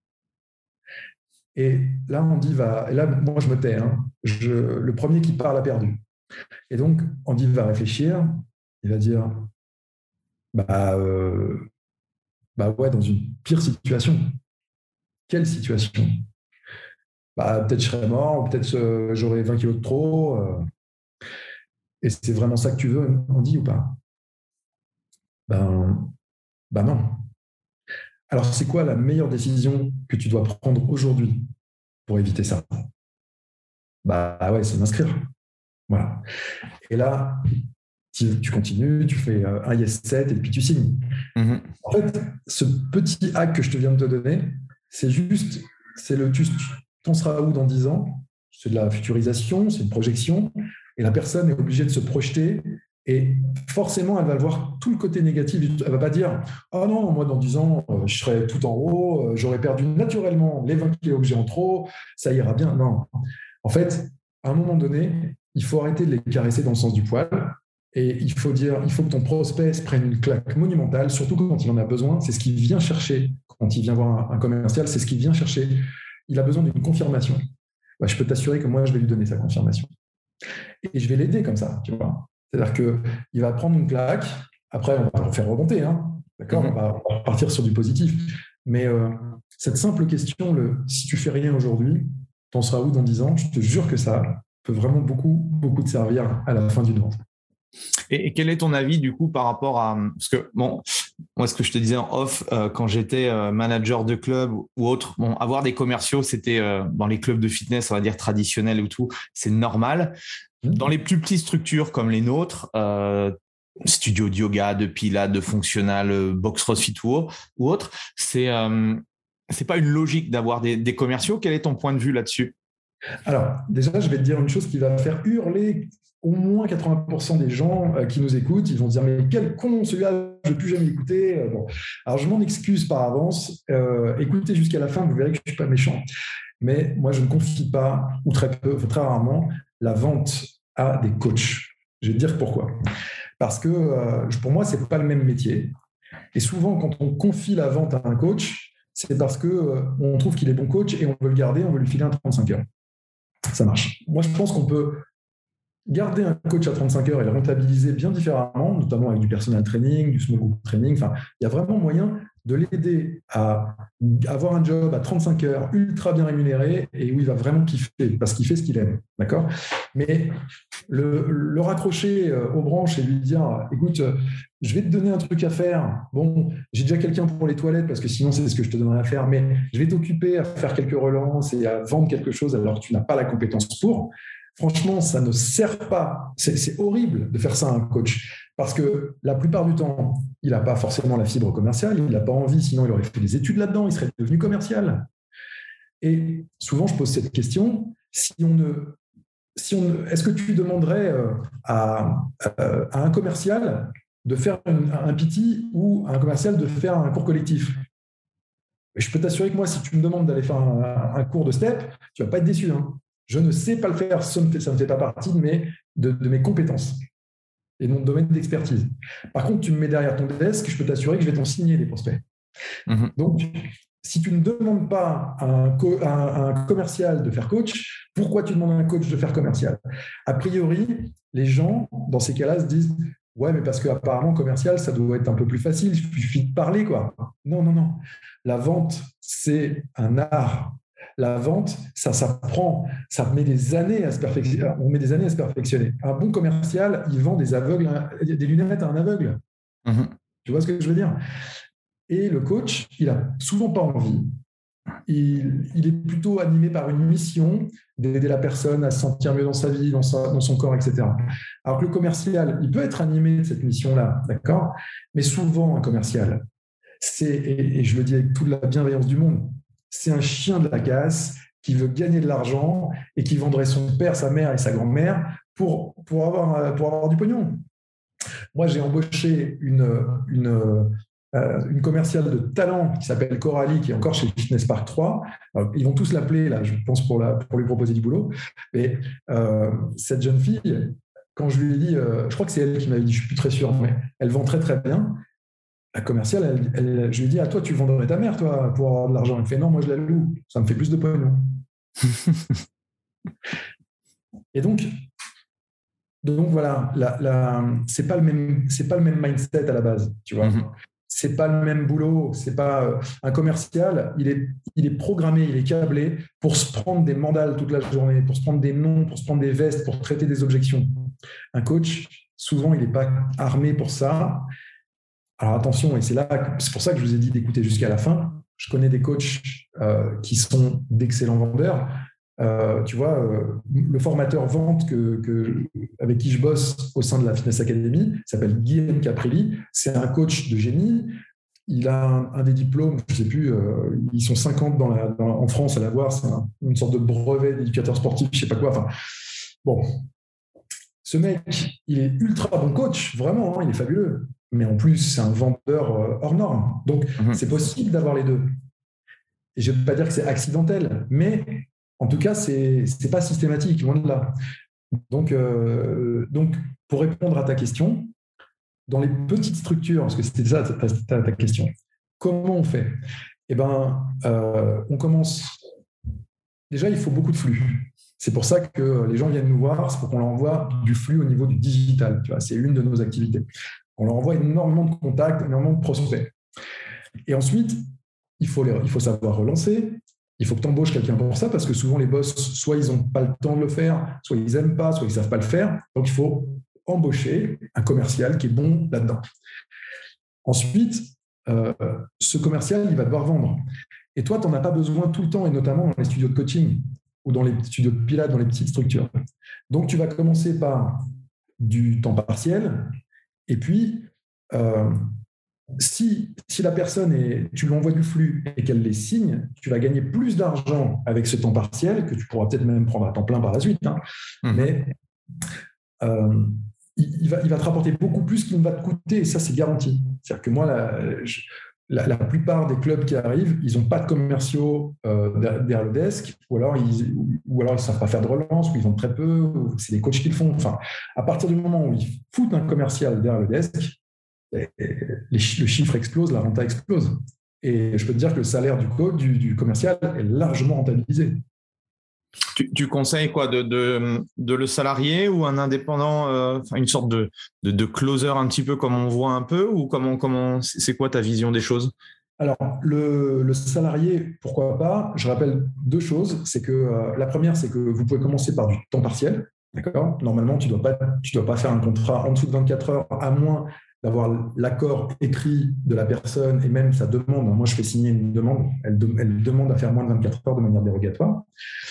Et là, Andy va... Et là, moi, je me tais. Hein. Le premier qui parle a perdu. Et donc, Andy va réfléchir. Il va dire, ouais, dans une pire situation. Quelle situation? Peut-être je serais mort, ou peut-être j'aurais 20 kilos de trop. Et c'est vraiment ça que tu veux, Andy, ou pas? Non. Alors, c'est quoi la meilleure décision que tu dois prendre aujourd'hui pour éviter ça? Ouais, c'est m'inscrire. Voilà. Et là, tu continues, tu fais un yes set et puis tu signes. Mm-hmm. En fait, ce petit hack que je te viens de te donner, c'est tu t'en seras où dans 10 ans? C'est de la futurisation, c'est une projection, et la personne est obligée de se projeter, et forcément, elle va voir tout le côté négatif. Elle ne va pas dire « Oh non, moi, dans 10 ans, je serai tout en haut, j'aurai perdu naturellement les 20 kilos que j'ai en trop, ça ira bien. » Non. En fait, à un moment donné, il faut arrêter de les caresser dans le sens du poil, et il faut que ton prospect se prenne une claque monumentale, surtout quand il en a besoin. C'est ce qu'il vient chercher quand il vient voir un commercial, c'est ce qu'il vient chercher. Il a besoin d'une confirmation. Je peux t'assurer que moi, je vais lui donner sa confirmation. Et je vais l'aider comme ça, tu vois. C'est-à-dire qu'il va prendre une claque, après, on va le faire remonter, hein, d'accord, on va partir sur du positif. Mais cette simple question, si tu fais rien aujourd'hui, t'en seras où dans 10 ans? Je te jure que ça peut vraiment beaucoup, beaucoup te servir à la fin d'une vente. Et quel est ton avis du coup par rapport à... Parce que bon, moi ce que je te disais en off, quand j'étais manager de club ou autre, bon, avoir des commerciaux, c'était dans les clubs de fitness, on va dire traditionnels ou tout, c'est normal. Dans les plus petites structures comme les nôtres, studio de yoga, de pilates, de fonctionnal, box CrossFit ou autre, c'est pas une logique d'avoir des commerciaux. Quel est ton point de vue là-dessus? Alors, déjà, je vais te dire une chose qui va faire hurler au moins 80% des gens qui nous écoutent. Ils vont se dire « Mais quel con, celui-là, je ne veux plus jamais écouter. » Bon. Alors, je m'en excuse par avance. Écoutez jusqu'à la fin, vous verrez que je ne suis pas méchant. Mais moi, je ne confie pas, ou très très rarement, la vente à des coachs. Je vais te dire pourquoi. Parce que pour moi, ce n'est pas le même métier. Et souvent, quand on confie la vente à un coach, c'est parce qu'on trouve qu'il est bon coach et on veut le garder, on veut lui filer un 35 heures. Ça marche. Moi, je pense qu'on peut garder un coach à 35 heures et le rentabiliser bien différemment, notamment avec du personal training, du small group training. Enfin, il y a vraiment moyen de l'aider à avoir un job à 35 heures ultra bien rémunéré et où il va vraiment kiffer parce qu'il fait ce qu'il aime. D'accord ? Mais le raccrocher aux branches et lui dire « Écoute, je vais te donner un truc à faire. Bon, j'ai déjà quelqu'un pour les toilettes parce que sinon, c'est ce que je te donnerai à faire, mais je vais t'occuper à faire quelques relances et à vendre quelque chose alors que tu n'as pas la compétence pour. » Franchement, ça ne sert pas. C'est horrible de faire ça à un coach parce que la plupart du temps, il n'a pas forcément la fibre commerciale, il n'a pas envie, sinon il aurait fait des études là-dedans, il serait devenu commercial. Et souvent, je pose cette question, est-ce que tu demanderais à un commercial de faire un PT ou à un commercial de faire un cours collectif? Je peux t'assurer que moi, si tu me demandes d'aller faire un cours de step, tu ne vas pas être déçu. Hein. Je ne sais pas le faire, ça ne fait pas partie de mes compétences et de mon domaine d'expertise. Par contre, tu me mets derrière ton desk, je peux t'assurer que je vais t'en signer les prospects. Mm-hmm. Donc, si tu ne demandes pas à un commercial de faire coach, pourquoi tu demandes à un coach de faire commercial? A priori, les gens, dans ces cas-là, se disent « Ouais, mais parce qu'apparemment, commercial, ça doit être un peu plus facile, il suffit de parler, quoi. » Non. La vente, c'est un art. la vente, ça met des années à se perfectionner. On met des années à se perfectionner. Un bon commercial, il vend des lunettes à un aveugle. Tu vois ce que je veux dire? Et le coach, il a souvent pas envie. Il est plutôt animé par une mission d'aider la personne à se sentir mieux dans sa vie, dans son corps, etc. Alors que le commercial, il peut être animé de cette mission-là, d'accord? Mais souvent, un commercial, et je le dis avec toute la bienveillance du monde, c'est un chien de la casse qui veut gagner de l'argent et qui vendrait son père, sa mère et sa grand-mère pour avoir du pognon. Moi, j'ai embauché une commerciale de talent qui s'appelle Coralie, qui est encore chez Fitness Park 3. Alors, ils vont tous l'appeler, là, je pense, pour lui proposer du boulot. Mais cette jeune fille, quand je lui ai dit, je crois que c'est elle qui m'avait dit, je ne suis plus très sûr, mais elle vend très, très bien. La commerciale, je lui ai dit, toi, tu vendrais ta mère, toi, pour avoir de l'argent. Elle me fait, non, moi, je la loue. Ça me fait plus de pognon. Et donc voilà, c'est pas le même mindset à la base, tu vois. C'est pas le même boulot, c'est pas un commercial, il est programmé, il est câblé pour se prendre des mandales toute la journée, pour se prendre des noms, pour se prendre des vestes, pour traiter des objections. Un coach, souvent, il n'est pas armé pour ça. Alors attention, et c'est pour ça que je vous ai dit d'écouter jusqu'à la fin. Je connais des coachs qui sont d'excellents vendeurs. Tu vois, le formateur vente avec qui je bosse au sein de la Fitness Academy s'appelle Guillaume Caprilli. C'est un coach de génie. Il a un des diplômes, je ne sais plus, ils sont 50 en France à l'avoir. C'est une sorte de brevet d'éducateur sportif, je ne sais pas quoi. Enfin, bon, ce mec, il est ultra bon coach, vraiment, hein, il est fabuleux. Mais en plus, c'est un vendeur hors norme. Donc, c'est possible d'avoir les deux. Et je ne veux pas dire que c'est accidentel, mais en tout cas, c'est pas systématique, loin de là. Donc, pour répondre à ta question, dans les petites structures, parce que c'était ça ta question, comment on fait? Eh ben, on commence. Déjà, il faut beaucoup de flux. C'est pour ça que les gens viennent nous voir, c'est pour qu'on leur envoie du flux au niveau du digital. Tu vois, c'est une de nos activités. On leur envoie énormément de contacts, énormément de prospects. Et ensuite, il faut savoir relancer. Il faut que tu embauches quelqu'un pour ça, parce que souvent les boss, soit ils n'ont pas le temps de le faire, soit ils n'aiment pas, soit ils ne savent pas le faire. Donc, il faut embaucher un commercial qui est bon là-dedans. Ensuite, ce commercial, il va devoir vendre. Et toi, tu n'en as pas besoin tout le temps, et notamment dans les studios de coaching ou dans les studios de pilates, dans les petites structures. Donc, tu vas commencer par du temps partiel. Et puis, si la personne, tu lui envoies du flux et qu'elle les signe, tu vas gagner plus d'argent avec ce temps partiel que tu pourras peut-être même prendre à temps plein par la suite. Hein. Mais il va te rapporter beaucoup plus qu'il ne va te coûter, et ça, c'est garanti. C'est-à-dire que moi, la plupart des clubs qui arrivent, ils n'ont pas de commerciaux derrière le desk, ou alors ils ne savent pas faire de relance, ou ils vendent très peu, ou c'est des coachs qui le font. Enfin, à partir du moment où ils foutent un commercial derrière le desk, le chiffre explose, la renta explose. Et je peux te dire que le salaire du coach, du commercial, est largement rentabilisé. Tu conseilles quoi, de le salarié ou un indépendant, une sorte de closer un petit peu comme on voit un peu, ou comment c'est quoi ta vision des choses? Alors, le salarié, pourquoi pas? Je rappelle deux choses. C'est que la première, c'est que vous pouvez commencer par du temps partiel. D'accord? Normalement, tu dois pas faire un contrat en dessous de 24 heures, à moins d'avoir l'accord écrit de la personne et même sa demande. Moi, je fais signer une demande. Elle demande à faire moins de 24 heures de manière dérogatoire.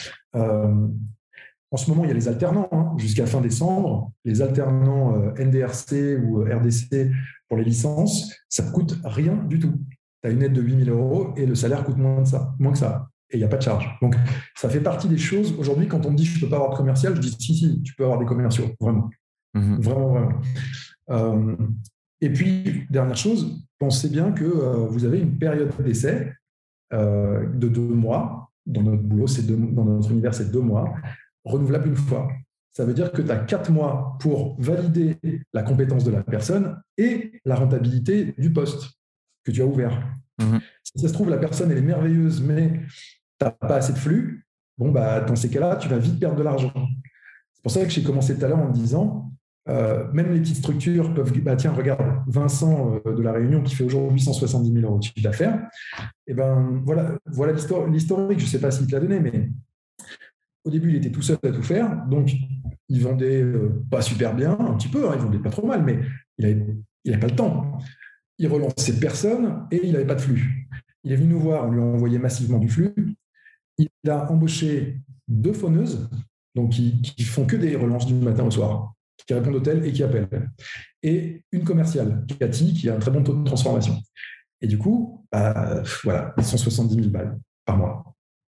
En ce moment, il y a les alternants. Hein, jusqu'à fin décembre, les alternants NDRC ou RDC pour les licences, ça ne coûte rien du tout. Tu as une aide de 8 000 € et le salaire coûte moins que ça. Et il n'y a pas de charge. Donc, ça fait partie des choses. Aujourd'hui, quand on me dit « je ne peux pas avoir de commercial », je dis « si, tu peux avoir des commerciaux. » Vraiment. Vraiment. Et puis, dernière chose, pensez bien que vous avez une période d'essai de 2 mois. Dans notre boulot, dans notre univers, c'est 2 mois, renouvelable une fois. Ça veut dire que tu as 4 mois pour valider la compétence de la personne et la rentabilité du poste que tu as ouvert. Si ça se trouve, la personne, elle est merveilleuse, mais tu n'as pas assez de flux, dans ces cas-là, tu vas vite perdre de l'argent. C'est pour ça que j'ai commencé tout à l'heure en me disant, Même les petites structures peuvent, tiens, regarde, Vincent de La Réunion qui fait aujourd'hui 170 000 euros de chiffre d'affaires, et ben voilà l'historique, je ne sais pas s'il te l'a donné, mais au début, il était tout seul à tout faire, donc il vendait pas super bien, un petit peu, hein, il vendait pas trop mal, mais il n'avait pas le temps. Il relançait personne et il n'avait pas de flux. Il est venu nous voir, on lui a envoyé massivement du flux. Il a embauché 2 fauneuses, donc qui font que des relances du matin au soir, qui répondent au tel et qui appellent. Et une commerciale, Cathy, qui a un très bon taux de transformation. Et du coup, voilà, 170 000 balles par mois.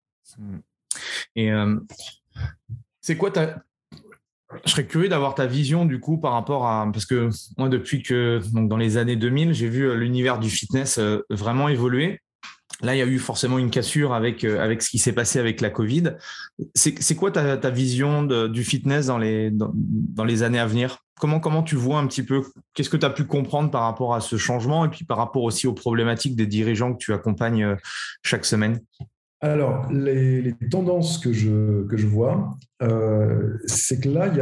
Et c'est quoi je serais curieux d'avoir ta vision du coup par rapport à… Parce que moi, depuis que, donc dans les années 2000, j'ai vu l'univers du fitness vraiment évoluer. Là, il y a eu forcément une cassure avec ce qui s'est passé avec la Covid. C'est quoi ta vision du fitness dans les années à venir ? Comment tu vois un petit peu, qu'est-ce que tu as pu comprendre par rapport à ce changement et puis par rapport aussi aux problématiques des dirigeants que tu accompagnes chaque semaine ? Alors, les tendances que je vois, c'est que là,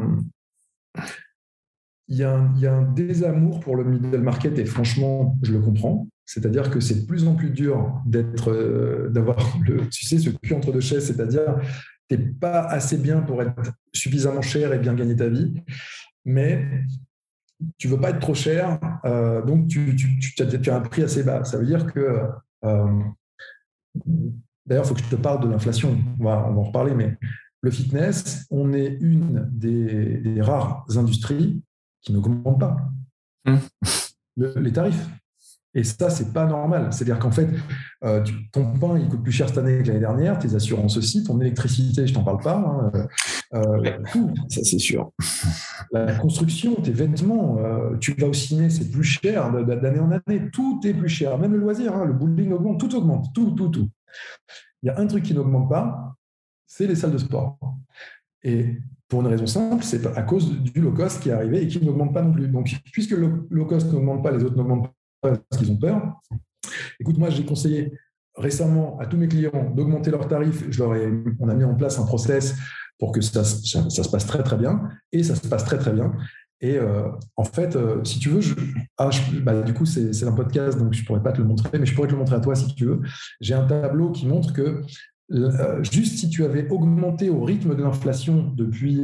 il y a un désamour pour le middle market et franchement, je le comprends. C'est-à-dire que c'est de plus en plus dur d'avoir ce cul entre 2 chaises, c'est-à-dire tu n'es pas assez bien pour être suffisamment cher et bien gagner ta vie, mais tu ne veux pas être trop cher, donc tu as un prix assez bas. Ça veut dire que… D'ailleurs, il faut que je te parle de l'inflation. On va en reparler, mais le fitness, on est une des rares industries qui n'augmente pas les tarifs. Et ça, c'est pas normal. C'est-à-dire qu'en fait, ton pain, il coûte plus cher cette année que l'année dernière, tes assurances aussi, ton électricité, je t'en parle pas. Tout. Ça, c'est sûr. La construction, tes vêtements, tu vas au ciné, c'est plus cher d'année en année. Tout est plus cher. Même le loisir, le bowling augmente, tout augmente. Tout. Il y a un truc qui n'augmente pas, c'est les salles de sport. Et pour une raison simple, c'est à cause du low cost qui est arrivé et qui n'augmente pas non plus. Donc, puisque le low cost n'augmente pas, les autres n'augmentent pas parce qu'ils ont peur. Écoute, moi, j'ai conseillé récemment à tous mes clients d'augmenter leurs tarifs. On a mis en place un process pour que ça se passe très, très bien. Et ça se passe très, très bien. Et en fait, si tu veux, du coup, c'est un podcast, donc je ne pourrais pas te le montrer, mais je pourrais te le montrer à toi si tu veux. J'ai un tableau qui montre que juste si tu avais augmenté au rythme de l'inflation depuis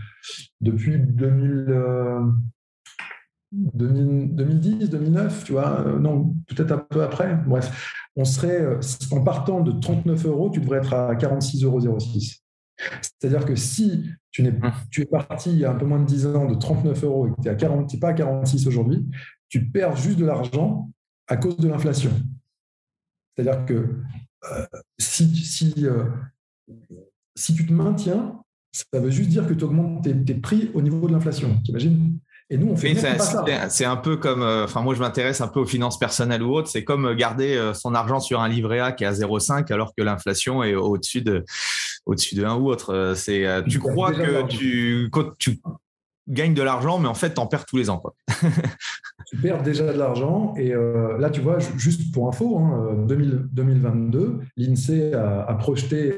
2010, 2009, tu vois, non, peut-être un peu après. Bref, on serait, en partant de 39 €, tu devrais être à 46,06 €. C'est-à-dire que si tu es parti il y a un peu moins de 10 ans de 39 € et que tu n'es pas à 46 aujourd'hui, tu perds juste de l'argent à cause de l'inflation. C'est-à-dire que si tu te maintiens, ça veut juste dire que tu augmentes tes prix au niveau de l'inflation. T'imagines ? Et nous, on fait pas ça. C'est un peu comme, moi, je m'intéresse un peu aux finances personnelles ou autres. C'est comme garder son argent sur un livret A qui est à 0,5 alors que l'inflation est au-dessus de 1 ou autre. Tu crois que tu gagnes de l'argent, mais en fait, tu en perds tous les ans, quoi. Tu perds déjà de l'argent. Et là, tu vois, juste pour info, 2022, l'INSEE a projeté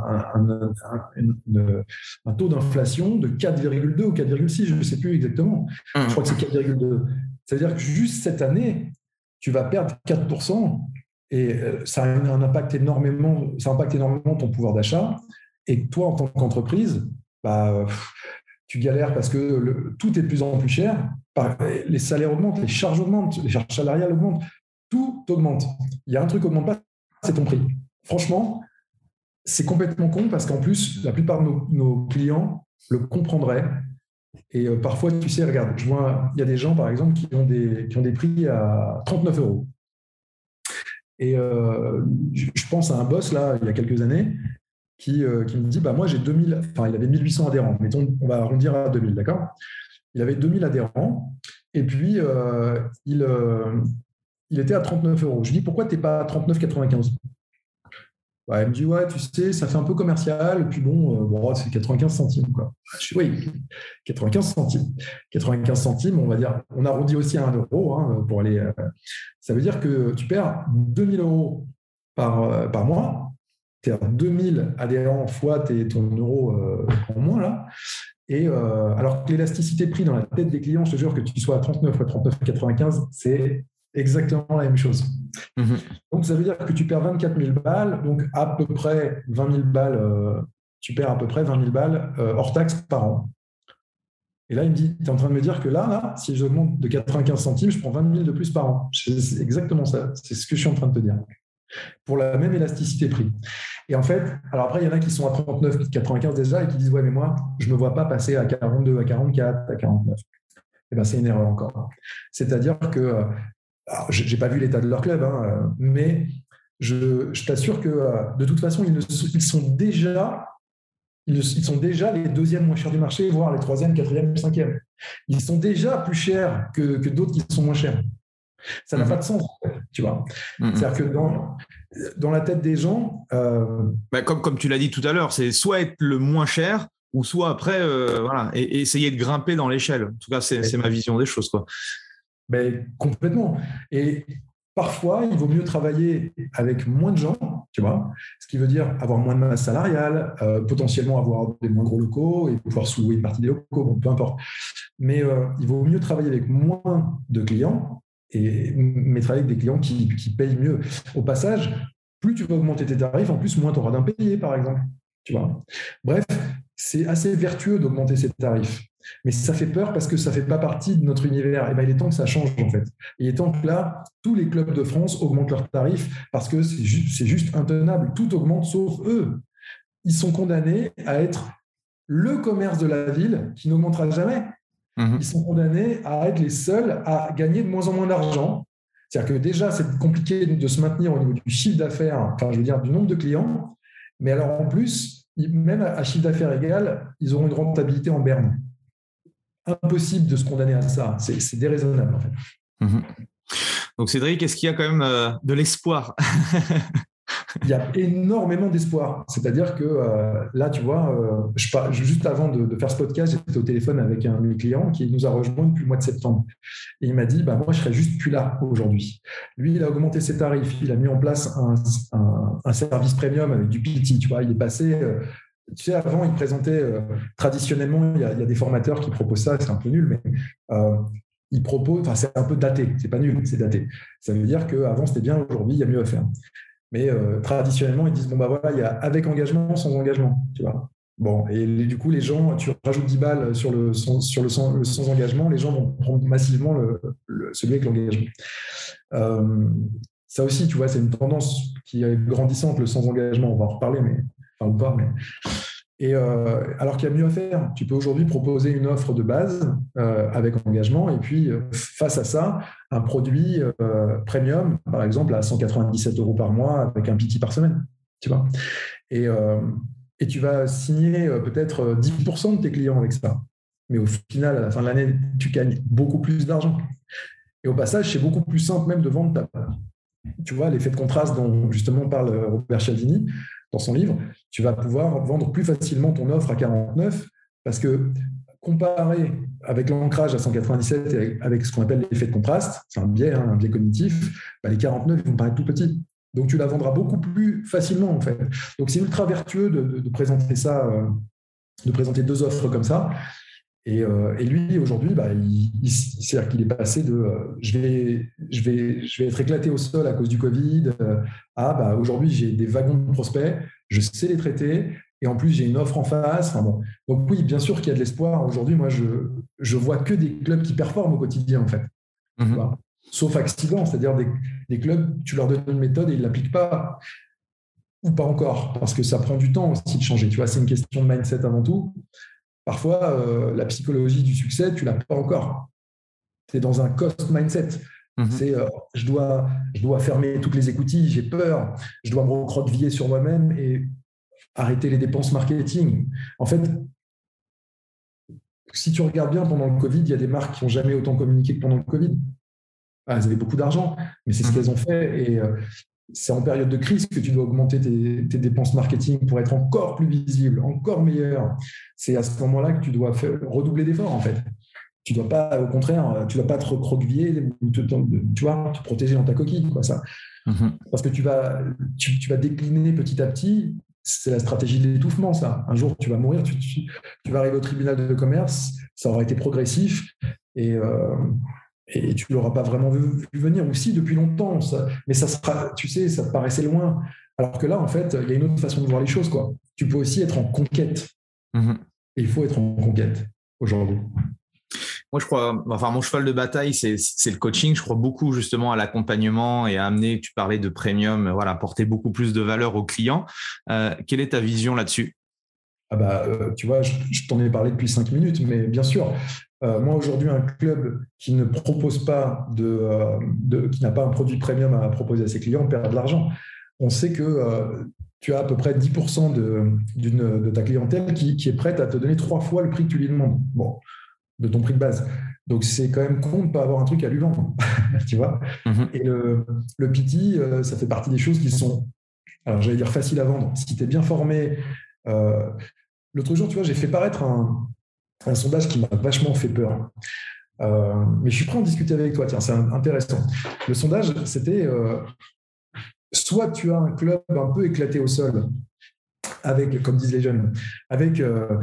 un taux d'inflation de 4,2 ou 4,6, je ne sais plus exactement. Je crois que c'est 4,2. C'est-à-dire que juste cette année, tu vas perdre 4%. Et ça impacte énormément ton pouvoir d'achat. Et toi, en tant qu'entreprise, tu galères parce que tout est de plus en plus cher. Les salaires augmentent, les charges augmentent, les charges salariales augmentent. Tout augmente. Il y a un truc qui n'augmente pas, c'est ton prix. Franchement, c'est complètement con parce qu'en plus, la plupart de nos clients le comprendraient. Et parfois, tu sais, regarde, je vois, il y a des gens, par exemple, qui ont des prix à 39 €. Et je pense à un boss, là, il y a quelques années, qui me dit, moi, j'ai 2000, il avait 1800 adhérents. Mettons, on va arrondir à 2000, d'accord ? Il avait 2000 adhérents, et puis il était à 39 €. Je lui dis, pourquoi tu n'es pas à 39,95 ? Il me dit, ouais, tu sais, ça fait un peu commercial, et puis bon, c'est 95 centimes, quoi. Je dis, oui, 95 centimes. 95 centimes, on va dire, on arrondit aussi à 1 € pour aller. Ça veut dire que tu perds 2000 € par mois. Tu es à 2000 adhérents fois ton euro en moins, là. Et alors que l'élasticité prix dans la tête des clients, je te jure que tu sois à 39 ou à 39,95, c'est exactement la même chose. Donc, ça veut dire que tu perds 24 000 balles, donc à peu près 20 000 balles, tu perds à peu près 20 000 balles hors taxe par an. Et là, il me dit, tu es en train de me dire que là, si j'augmente de 95 centimes, je prends 20 000 de plus par an. C'est exactement ça. C'est ce que je suis en train de te dire. Pour la même élasticité prix. Et en fait, alors après, il y en a qui sont à 39,95 déjà et qui disent, ouais, mais moi, je ne me vois pas passer à 42, à 44, à 49. Eh bien, c'est une erreur encore. C'est-à-dire que, alors, je n'ai pas vu l'état de leur club, hein, mais je t'assure que de toute façon, ils sont déjà les deuxièmes moins chers du marché, voire les troisièmes, quatrièmes, cinquièmes. Ils sont déjà plus chers que d'autres qui sont moins chers. Ça n'a pas de sens, tu vois. C'est-à-dire que dans la tête des gens... comme tu l'as dit tout à l'heure, c'est soit être le moins cher, ou soit après, voilà, et essayer de grimper dans l'échelle. En tout cas, c'est ma vision des choses, quoi. Complètement. Et parfois, il vaut mieux travailler avec moins de gens, tu vois, ce qui veut dire avoir moins de masse salariale, potentiellement avoir des moins gros locaux et pouvoir sous-louer une partie des locaux, bon, peu importe. Mais il vaut mieux travailler avec moins de clients, mais travailler avec des clients qui payent mieux. Au passage, plus tu vas augmenter tes tarifs, en plus, moins tu auras d'impayés, par exemple. Tu vois. Bref, c'est assez vertueux d'augmenter ses tarifs. Mais ça fait peur parce que ça ne fait pas partie de notre univers. Et il est temps que ça change, en fait. Il est temps que là, tous les clubs de France augmentent leurs tarifs parce que c'est juste intenable. Tout augmente sauf eux. Ils sont condamnés à être le commerce de la ville qui n'augmentera jamais. Ils sont condamnés à être les seuls à gagner de moins en moins d'argent. C'est-à-dire que déjà, c'est compliqué de se maintenir au niveau du chiffre d'affaires, enfin, je veux dire, du nombre de clients. Mais alors, en plus, même à chiffre d'affaires égal, ils auront une rentabilité en berne. Impossible de se condamner à ça. C'est déraisonnable, en fait. Donc, Cédric, est-ce qu'il y a quand même de l'espoir? Il y a énormément d'espoir. C'est-à-dire que là, tu vois, juste avant de faire ce podcast, j'étais au téléphone avec un de mes clients qui nous a rejoint depuis le mois de septembre. Et il m'a dit, moi, je serais juste plus là aujourd'hui. Lui, il a augmenté ses tarifs. Il a mis en place un service premium avec du PT. Tu vois, il est passé... tu sais, avant, il présentait traditionnellement, il y a des formateurs qui proposent ça, c'est un peu nul, mais ils proposent, enfin, c'est un peu daté, c'est pas nul, c'est daté. Ça veut dire qu'avant, c'était bien, aujourd'hui, il y a mieux à faire. Mais traditionnellement, ils disent, voilà, il y a avec engagement, sans engagement, tu vois. Bon, et du coup, les gens, tu rajoutes 10 balles sur le sans engagement, les gens vont prendre massivement celui avec l'engagement. Ça aussi, tu vois, c'est une tendance qui est grandissante, le sans engagement, on va en reparler, mais... Enfin, ou pas, mais... Et alors qu'il y a mieux à faire, tu peux aujourd'hui proposer une offre de base avec engagement et puis face à ça, un produit premium, par exemple à 197 € par mois avec un PT par semaine. Tu vois. Et tu vas signer peut-être 10% de tes clients avec ça. Mais au final, à la fin de l'année, tu gagnes beaucoup plus d'argent. Et au passage, c'est beaucoup plus simple même de vendre tu vois, l'effet de contraste dont justement parle Robert Cialdini dans son livre, tu vas pouvoir vendre plus facilement ton offre à 49 parce que comparé avec l'ancrage à 197 et avec ce qu'on appelle l'effet de contraste, c'est un biais cognitif, les 49 vont paraître tout petits. Donc tu la vendras beaucoup plus facilement en fait. Donc c'est ultra vertueux de présenter ça, de présenter deux offres comme ça. Et lui, aujourd'hui, c'est-à-dire qu'il est passé de je vais être éclaté au sol à cause du Covid à aujourd'hui, j'ai des wagons de prospects, je sais les traiter et en plus, j'ai une offre en face. Enfin, bon. Donc oui, bien sûr qu'il y a de l'espoir. Aujourd'hui, moi, je vois que des clubs qui performent au quotidien, en fait. Sauf accident, c'est-à-dire des clubs, tu leur donnes une méthode et ils ne l'appliquent pas. Ou pas encore, parce que ça prend du temps aussi de changer. Tu vois, c'est une question de mindset avant tout. Parfois, la psychologie du succès, tu ne l'as pas encore. Tu es dans un cost mindset. C'est je dois fermer toutes les écoutilles, j'ai peur, je dois me recroqueviller sur moi-même et arrêter les dépenses marketing. En fait, si tu regardes bien, pendant le Covid, il y a des marques qui n'ont jamais autant communiqué que pendant le Covid. Elles avaient beaucoup d'argent, mais c'est ce qu'elles ont fait. Et c'est en période de crise que tu dois augmenter tes dépenses marketing pour être encore plus visible, encore meilleur. C'est à ce moment-là que tu dois redoubler d'efforts, en fait. Tu dois pas, au contraire, tu ne dois pas te recroqueviller, tu vois, te protéger dans ta coquille, quoi, ça. Parce que tu vas décliner petit à petit c'est la stratégie de l'étouffement, ça. Un jour, tu vas mourir, tu vas arriver au tribunal de commerce, ça aura été progressif et tu ne l'auras pas vraiment vu venir, ou si depuis longtemps, mais ça sera, tu sais, ça te paraissait loin. Alors que là, en fait, il y a une autre façon de voir les choses, quoi. Tu peux aussi être en conquête. Et il faut être en conquête aujourd'hui. Moi, je crois, enfin, mon cheval de bataille, c'est le coaching. Je crois beaucoup justement à l'accompagnement et à amener, tu parlais de premium, voilà, apporter beaucoup plus de valeur aux clients. Quelle est ta vision là-dessus? Tu vois, je t'en ai parlé depuis 5 minutes, mais bien sûr, moi aujourd'hui, un club qui ne propose pas qui n'a pas un produit premium à proposer à ses clients perd de l'argent. On sait que tu as à peu près 10% de ta clientèle qui est prête à te donner 3 fois le prix que tu lui demandes. Bon, de ton prix de base. Donc, c'est quand même con de ne pas avoir un truc à lui vendre, tu vois. Et le PT, ça fait partie des choses qui sont, alors j'allais dire faciles à vendre. Si tu es bien formé. L'autre jour, tu vois, j'ai fait paraître un sondage qui m'a vachement fait peur. Mais je suis prêt à en discuter avec toi. Tiens, c'est intéressant. Le sondage, c'était soit tu as un club un peu éclaté au sol, avec, comme disent les jeunes, avec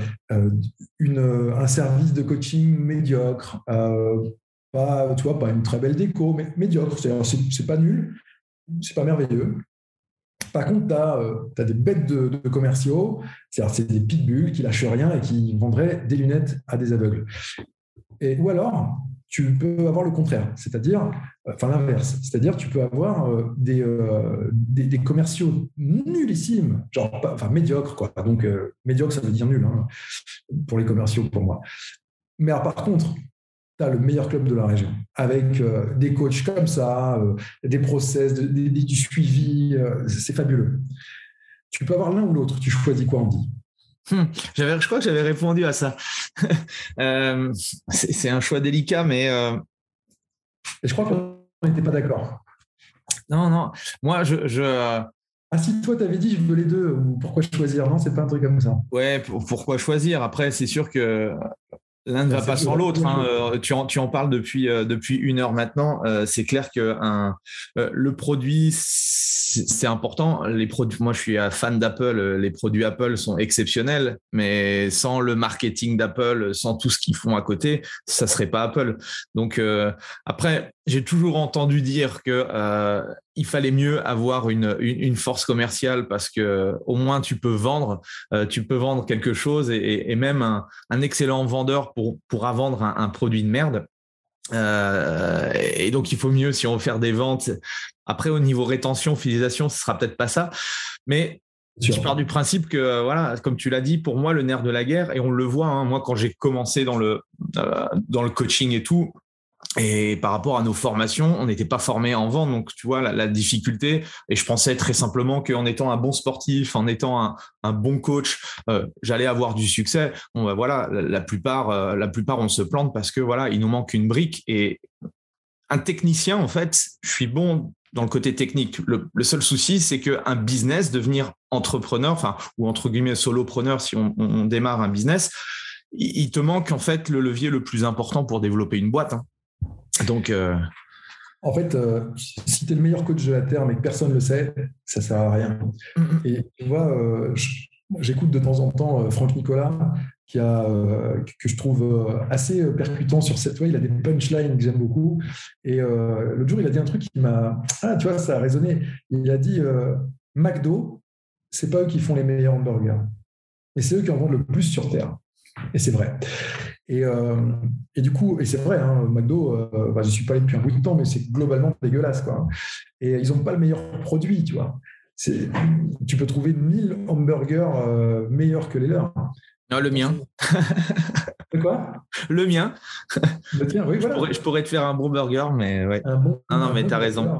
un service de coaching médiocre, pas une très belle déco, mais médiocre. C'est pas nul, c'est pas merveilleux. Par contre, tu as des bêtes de commerciaux, c'est des pitbulls qui lâchent rien et qui vendraient des lunettes à des aveugles. Ou alors, tu peux avoir le contraire, c'est-à-dire, l'inverse, c'est-à-dire tu peux avoir des commerciaux nullissimes, médiocres, quoi. Donc, médiocre, ça veut dire nul, hein, pour les commerciaux, pour moi. Mais par contre, tu as le meilleur club de la région, avec des coachs comme ça, des process, du suivi, c'est fabuleux. Tu peux avoir l'un ou l'autre, tu choisis quoi, Andy? Je crois que j'avais répondu à ça. C'est un choix délicat, mais... Et je crois qu'on n'était pas d'accord. Non. Moi, Ah si, toi, tu avais dit je veux les deux, ou pourquoi choisir? Non, c'est pas un truc comme ça. Ouais, pourquoi choisir? Après, c'est sûr que l'un ne va pas sans l'autre. Hein. Tu en parles depuis 1 heure maintenant. C'est clair que le produit, c'est important. Les produits, moi, je suis fan d'Apple. Les produits Apple sont exceptionnels, mais sans le marketing d'Apple, sans tout ce qu'ils font à côté, ça serait pas Apple. Donc après, j'ai toujours entendu dire que il fallait mieux avoir une force commerciale parce que au moins tu peux vendre quelque chose et même un excellent vendeur pourra vendre un produit de merde. Et donc il faut mieux si on veut faire des ventes. Après au niveau rétention, fidélisation, ce sera peut-être pas ça, mais je pars du principe que voilà, comme tu l'as dit, pour moi le nerf de la guerre, et on le voit. Hein, moi quand j'ai commencé dans le coaching et tout. Et par rapport à nos formations, on n'était pas formé en vente. Donc, tu vois, la difficulté, et je pensais très simplement qu'en étant un bon sportif, en étant un bon coach, j'allais avoir du succès. Bon, voilà, la plupart, on se plante parce que voilà, il nous manque une brique. Et un technicien, en fait, je suis bon dans le côté technique. Le seul souci, c'est qu'un business, devenir entrepreneur, ou entre guillemets solopreneur, si on démarre un business, il te manque en fait le levier le plus important pour développer une boîte. Hein. Donc, en fait, si tu es le meilleur coach de la Terre, mais que personne ne le sait, ça ne sert à rien. Et tu vois, j'écoute de temps en temps Franck Nicolas, que je trouve assez percutant sur cette voie. Il a des punchlines que j'aime beaucoup. Et l'autre jour, il a dit un truc qui m'a... Ah, tu vois, ça a résonné. Il a dit McDo, c'est pas eux qui font les meilleurs hamburgers, mais c'est eux qui en vendent le plus sur Terre. Et c'est vrai. Et du coup, et c'est vrai, hein, McDo, je ne suis pas allé depuis un bout de temps, mais c'est globalement dégueulasse, quoi. Et ils n'ont pas le meilleur produit, tu vois. Tu peux trouver 1000 hamburgers meilleurs que les leurs. Non, le mien. C'est quoi? Le mien. Le tien, oui, voilà. Je pourrais te faire un bon burger, mais ouais. Mais t'as raison.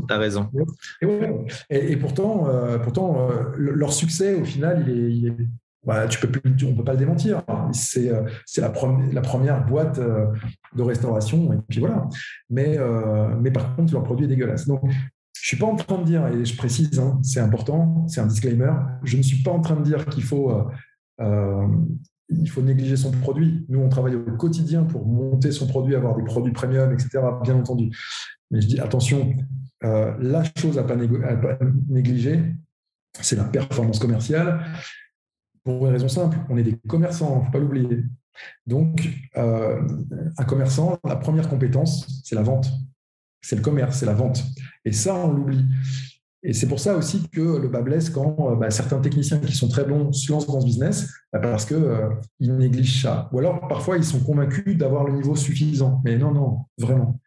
Et pourtant, leur succès, au final, il est voilà, on ne peut pas le démentir. C'est la première boîte de restauration, et puis voilà. Mais par contre, leur produit est dégueulasse. Donc, je ne suis pas en train de dire, et je précise, hein, c'est important, c'est un disclaimer, je ne suis pas en train de dire qu'il faut négliger son produit. Nous, on travaille au quotidien pour monter son produit, avoir des produits premium, etc., bien entendu. Mais je dis, attention, la chose à ne pas négliger, c'est la performance commerciale. Pour une raison simple, on est des commerçants, il ne faut pas l'oublier. Donc, un commerçant, la première compétence, c'est la vente. C'est le commerce, c'est la vente. Et ça, on l'oublie. Et c'est pour ça aussi que le bas blesse quand certains techniciens qui sont très bons se lancent dans ce business parce qu'ils négligent ça. Ou alors, parfois, ils sont convaincus d'avoir le niveau suffisant. Mais non, vraiment.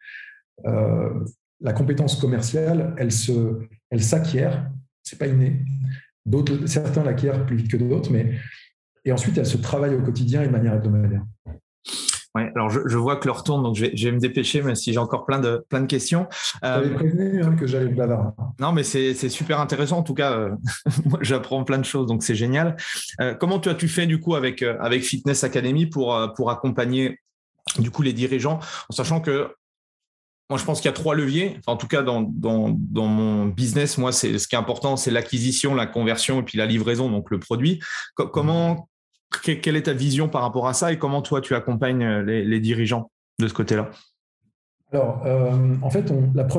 La compétence commerciale, elle s'acquiert. Ce n'est pas inné. Certains l'acquièrent plus vite que d'autres, et ensuite, elle se travaille au quotidien et de manière hebdomadaire. Ouais, alors je vois que l'heure tourne, donc je vais me dépêcher, même si j'ai encore plein de questions. J'avais prévenu que j'allais le bavard. Non, mais c'est super intéressant. En tout cas, moi, j'apprends plein de choses, donc c'est génial. Comment tu fais du coup avec Fitness Academy pour accompagner du coup les dirigeants, en sachant que moi, je pense qu'il y a 3 leviers. Enfin, en tout cas, dans mon business, moi, ce qui est important, c'est l'acquisition, la conversion et puis la livraison, donc le produit. Quelle est ta vision par rapport à ça et comment toi, tu accompagnes les dirigeants de ce côté-là? Alors, en fait,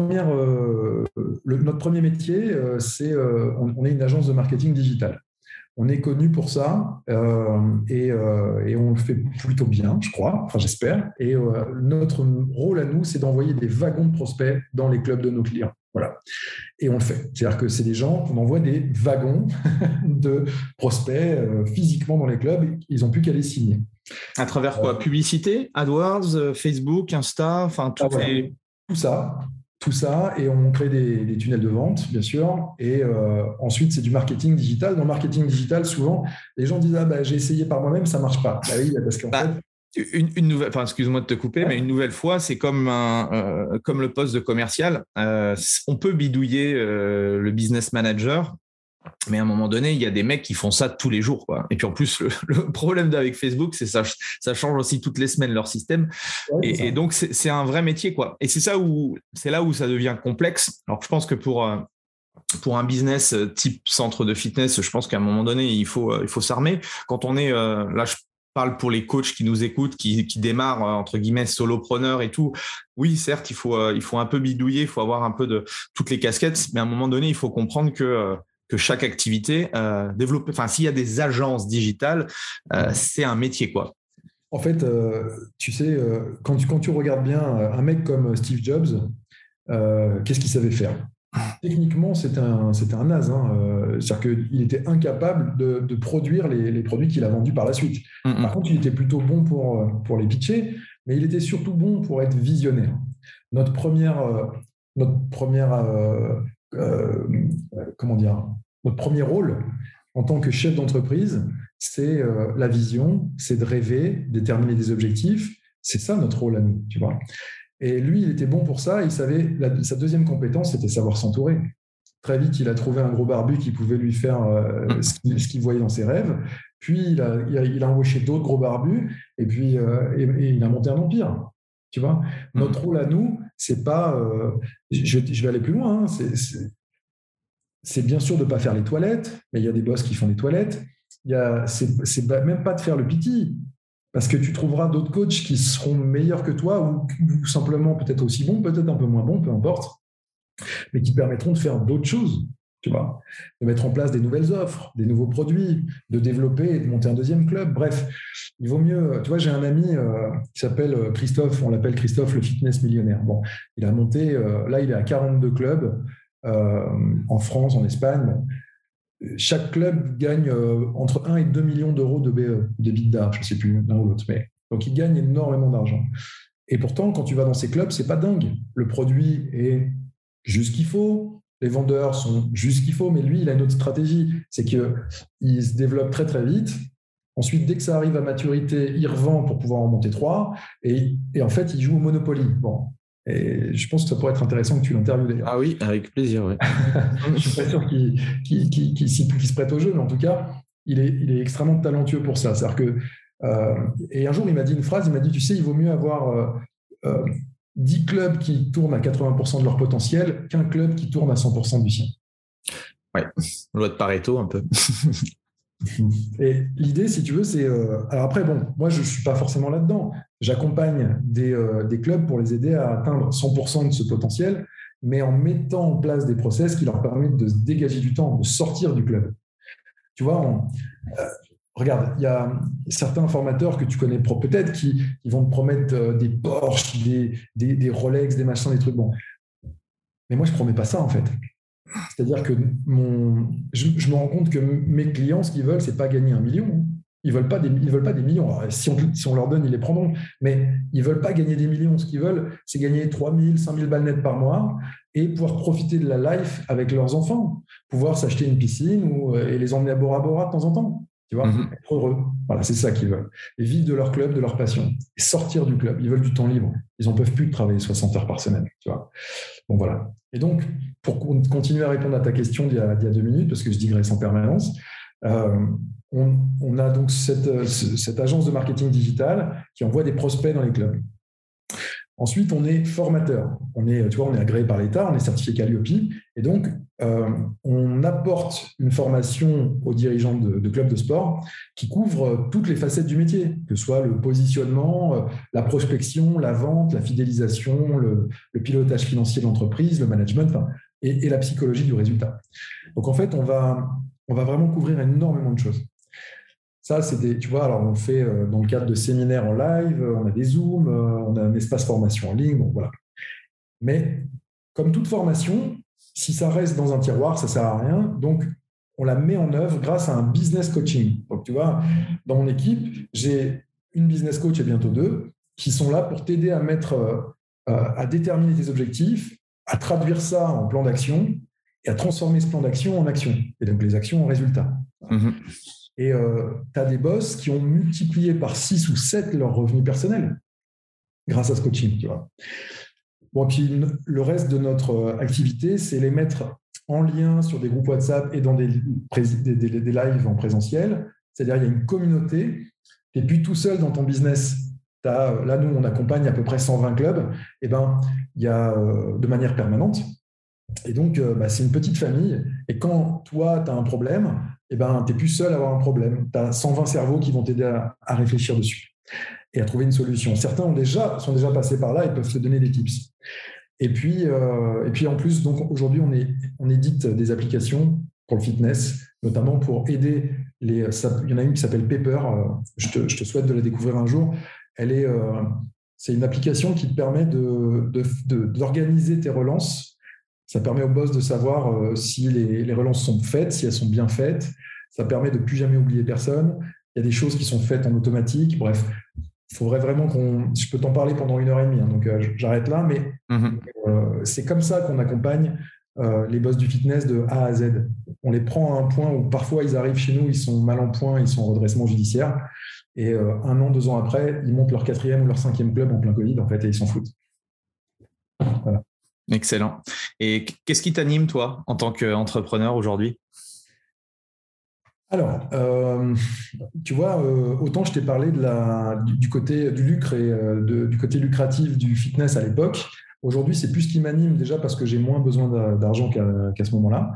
notre premier métier, c'est on est une agence de marketing digital. On est connu pour ça et on le fait plutôt bien, je crois, enfin j'espère. Et notre rôle à nous, c'est d'envoyer des wagons de prospects dans les clubs de nos clients. Voilà. Et on le fait. C'est-à-dire que c'est des gens, on envoie des wagons de prospects physiquement dans les clubs, ils n'ont plus qu'à les signer. À travers quoi? Publicité, AdWords, Facebook, Insta, enfin tout est... Tout ça, et on crée des tunnels de vente, bien sûr, et ensuite, c'est du marketing digital. Dans le marketing digital, souvent, les gens disent « Ah, j'ai essayé par moi-même, ça ne marche pas. » Oui, parce qu'en fait... Une nouvelle, enfin, excuse-moi de te couper, mais une nouvelle fois, c'est comme le poste de commercial. On peut bidouiller le business manager, mais à un moment donné, il y a des mecs qui font ça tous les jours, quoi. Et puis en plus, le problème avec Facebook, c'est ça change aussi toutes les semaines leur système. Ouais, et donc, c'est un vrai métier, quoi. Et c'est là où ça devient complexe. Alors, je pense que pour un business type centre de fitness, je pense qu'à un moment donné, il faut s'armer. Quand on est là, je parle pour les coachs qui nous écoutent, qui démarrent entre guillemets solopreneurs et tout. Oui, certes, il faut un peu bidouiller, il faut avoir un peu de toutes les casquettes, mais à un moment donné, il faut comprendre que chaque activité développée, enfin, s'il y a des agences digitales, c'est un métier, quoi. En fait, tu sais, quand tu regardes bien un mec comme Steve Jobs, qu'est-ce qu'il savait faire? Techniquement, c'était un naze. C'est-à-dire qu'il était incapable de produire les produits qu'il a vendus par la suite. Par contre, il était plutôt bon pour les pitcher, mais il était surtout bon pour être visionnaire. Notre premier rôle en tant que chef d'entreprise, c'est la vision, c'est de rêver, déterminer des objectifs. C'est ça notre rôle à nous, tu vois. Et lui, il était bon pour ça. Il savait, sa deuxième compétence, c'était savoir s'entourer. Très vite, il a trouvé un gros barbu qui pouvait lui faire ce qu'il voyait dans ses rêves. Puis, il a embauché d'autres gros barbus. Et puis, et il a monté un empire. Tu vois, notre rôle à nous, c'est pas... je vais aller plus loin. C'est bien sûr de ne pas faire les toilettes, mais il y a des boss qui font les toilettes. C'est même pas de faire le PT. Parce que tu trouveras d'autres coachs qui seront meilleurs que toi ou simplement peut-être aussi bons, peut-être un peu moins bons, peu importe, mais qui te permettront de faire d'autres choses, tu vois, de mettre en place des nouvelles offres, des nouveaux produits, de développer et de monter un deuxième club. Bref, il vaut mieux... Tu vois, j'ai un ami qui s'appelle Christophe, on l'appelle Christophe le fitness millionnaire. Bon, il a monté, là, il est à 42 clubs en France, en Espagne. Chaque club gagne entre 1 et 2 millions d'euros de d'EBITDA, je ne sais plus l'un ou l'autre. Donc, il gagne énormément d'argent. Et pourtant, quand tu vas dans ces clubs, ce n'est pas dingue. Le produit est juste ce qu'il faut, les vendeurs sont juste ce qu'il faut, mais lui, il a une autre stratégie. C'est qu'il se développe très, très vite. Ensuite, dès que ça arrive à maturité, il revend pour pouvoir en monter 3. Et en fait, il joue au Monopoly. Bon. Et je pense que ça pourrait être intéressant que tu l'interviewes d'ailleurs. Ah oui, avec plaisir. Ouais. Je ne suis pas sûr qu'il se prête au jeu, mais en tout cas, il est extrêmement talentueux pour ça. C'est-à-dire que, et un jour, il m'a dit une phrase, il m'a dit, tu sais, il vaut mieux avoir 10 clubs qui tournent à 80% de leur potentiel qu'un club qui tourne à 100% du sien. Ouais, loi de Pareto un peu. Et l'idée, si tu veux, c'est... alors après, bon, moi, je ne suis pas forcément là-dedans. J'accompagne des clubs pour les aider à atteindre 100% de ce potentiel. mais en mettant en place des process qui leur permettent de se dégager du temps, de sortir du club. Tu vois, regarde, il y a certains formateurs que tu connais peut-être qui vont te promettre des Porsche, des Rolex, des machins, des trucs bons. Mais moi, je ne promets pas ça, en fait. C'est-à-dire que je me rends compte que mes clients, ce qu'ils veulent, ce n'est pas gagner 1 million. Ils ne veulent pas des millions. Alors, si on leur donne, ils les prendront. Mais ils ne veulent pas gagner des millions. Ce qu'ils veulent, c'est gagner 3 000, 5 000 balles nettes par mois et pouvoir profiter de la life avec leurs enfants. Pouvoir s'acheter une piscine et les emmener à Bora Bora de temps en temps. Tu vois, être heureux. Voilà, c'est ça qu'ils veulent. Et vivre de leur club, de leur passion. Et sortir du club. Ils veulent du temps libre. Ils n'en peuvent plus de travailler 60 heures par semaine. Tu vois. Donc voilà. Et donc, pour continuer à répondre à ta question d'il y a 2 minutes, parce que je digresse en permanence, on a donc cette agence de marketing digital qui envoie des prospects dans les clubs. Ensuite, on est formateur. On est agréé par l'État, on est certifié Calliope. Et donc, on apporte une formation aux dirigeants de clubs de sport qui couvre toutes les facettes du métier, que ce soit le positionnement, la prospection, la vente, la fidélisation, le pilotage financier de l'entreprise, le management et la psychologie du résultat. Donc, en fait, on va vraiment couvrir énormément de choses. Ça, tu vois, alors on le fait dans le cadre de séminaires en live, on a des Zooms, on a un espace formation en ligne, bon, voilà. Mais comme toute formation, si ça reste dans un tiroir, ça ne sert à rien. Donc, on la met en œuvre grâce à un business coaching. Donc, tu vois, dans mon équipe, j'ai une business coach et bientôt 2 qui sont là pour t'aider à déterminer tes objectifs, à traduire ça en plan d'action et à transformer ce plan d'action en action. Et donc, les actions en résultats. Et tu as des boss qui ont multiplié par 6 ou 7 leurs revenus personnels grâce à ce coaching. Tu vois. Bon, puis le reste de notre activité, c'est les mettre en lien sur des groupes WhatsApp et dans des lives en présentiel. C'est-à-dire, il y a une communauté. Tu n'es plus tout seul dans ton business. Là, nous, on accompagne à peu près 120 clubs. Et il y a de manière permanente. Et donc, c'est une petite famille. Et quand toi, tu as un problème, tu n'es plus seul à avoir un problème. Tu as 120 cerveaux qui vont t'aider à réfléchir dessus et à trouver une solution. Certains sont déjà passés par là et peuvent te donner des tips. Et puis en plus, donc, aujourd'hui, on édite des applications pour le fitness, notamment pour aider il y en a une qui s'appelle Pepper. Je te souhaite de la découvrir un jour. C'est une application qui te permet d'organiser tes relances. Ça permet au boss de savoir si les relances sont faites, si elles sont bien faites. Ça permet de ne plus jamais oublier personne. Il y a des choses qui sont faites en automatique. Bref, il faudrait vraiment je peux t'en parler pendant 1h30, hein, donc j'arrête là. Mais c'est comme ça qu'on accompagne les boss du fitness de A à Z. On les prend à un point où parfois ils arrivent chez nous, ils sont mal en point, ils sont en redressement judiciaire. Et 1 an, 2 ans après, ils montent leur 4e ou leur 5e club en plein Covid, en fait, et ils s'en foutent. Voilà. Excellent. Et qu'est-ce qui t'anime, toi, en tant qu'entrepreneur aujourd'hui ? Alors, tu vois, autant je t'ai parlé du côté du lucre et du côté lucratif du fitness à l'époque. Aujourd'hui, c'est plus ce qui m'anime déjà parce que j'ai moins besoin d'argent qu'à ce moment-là.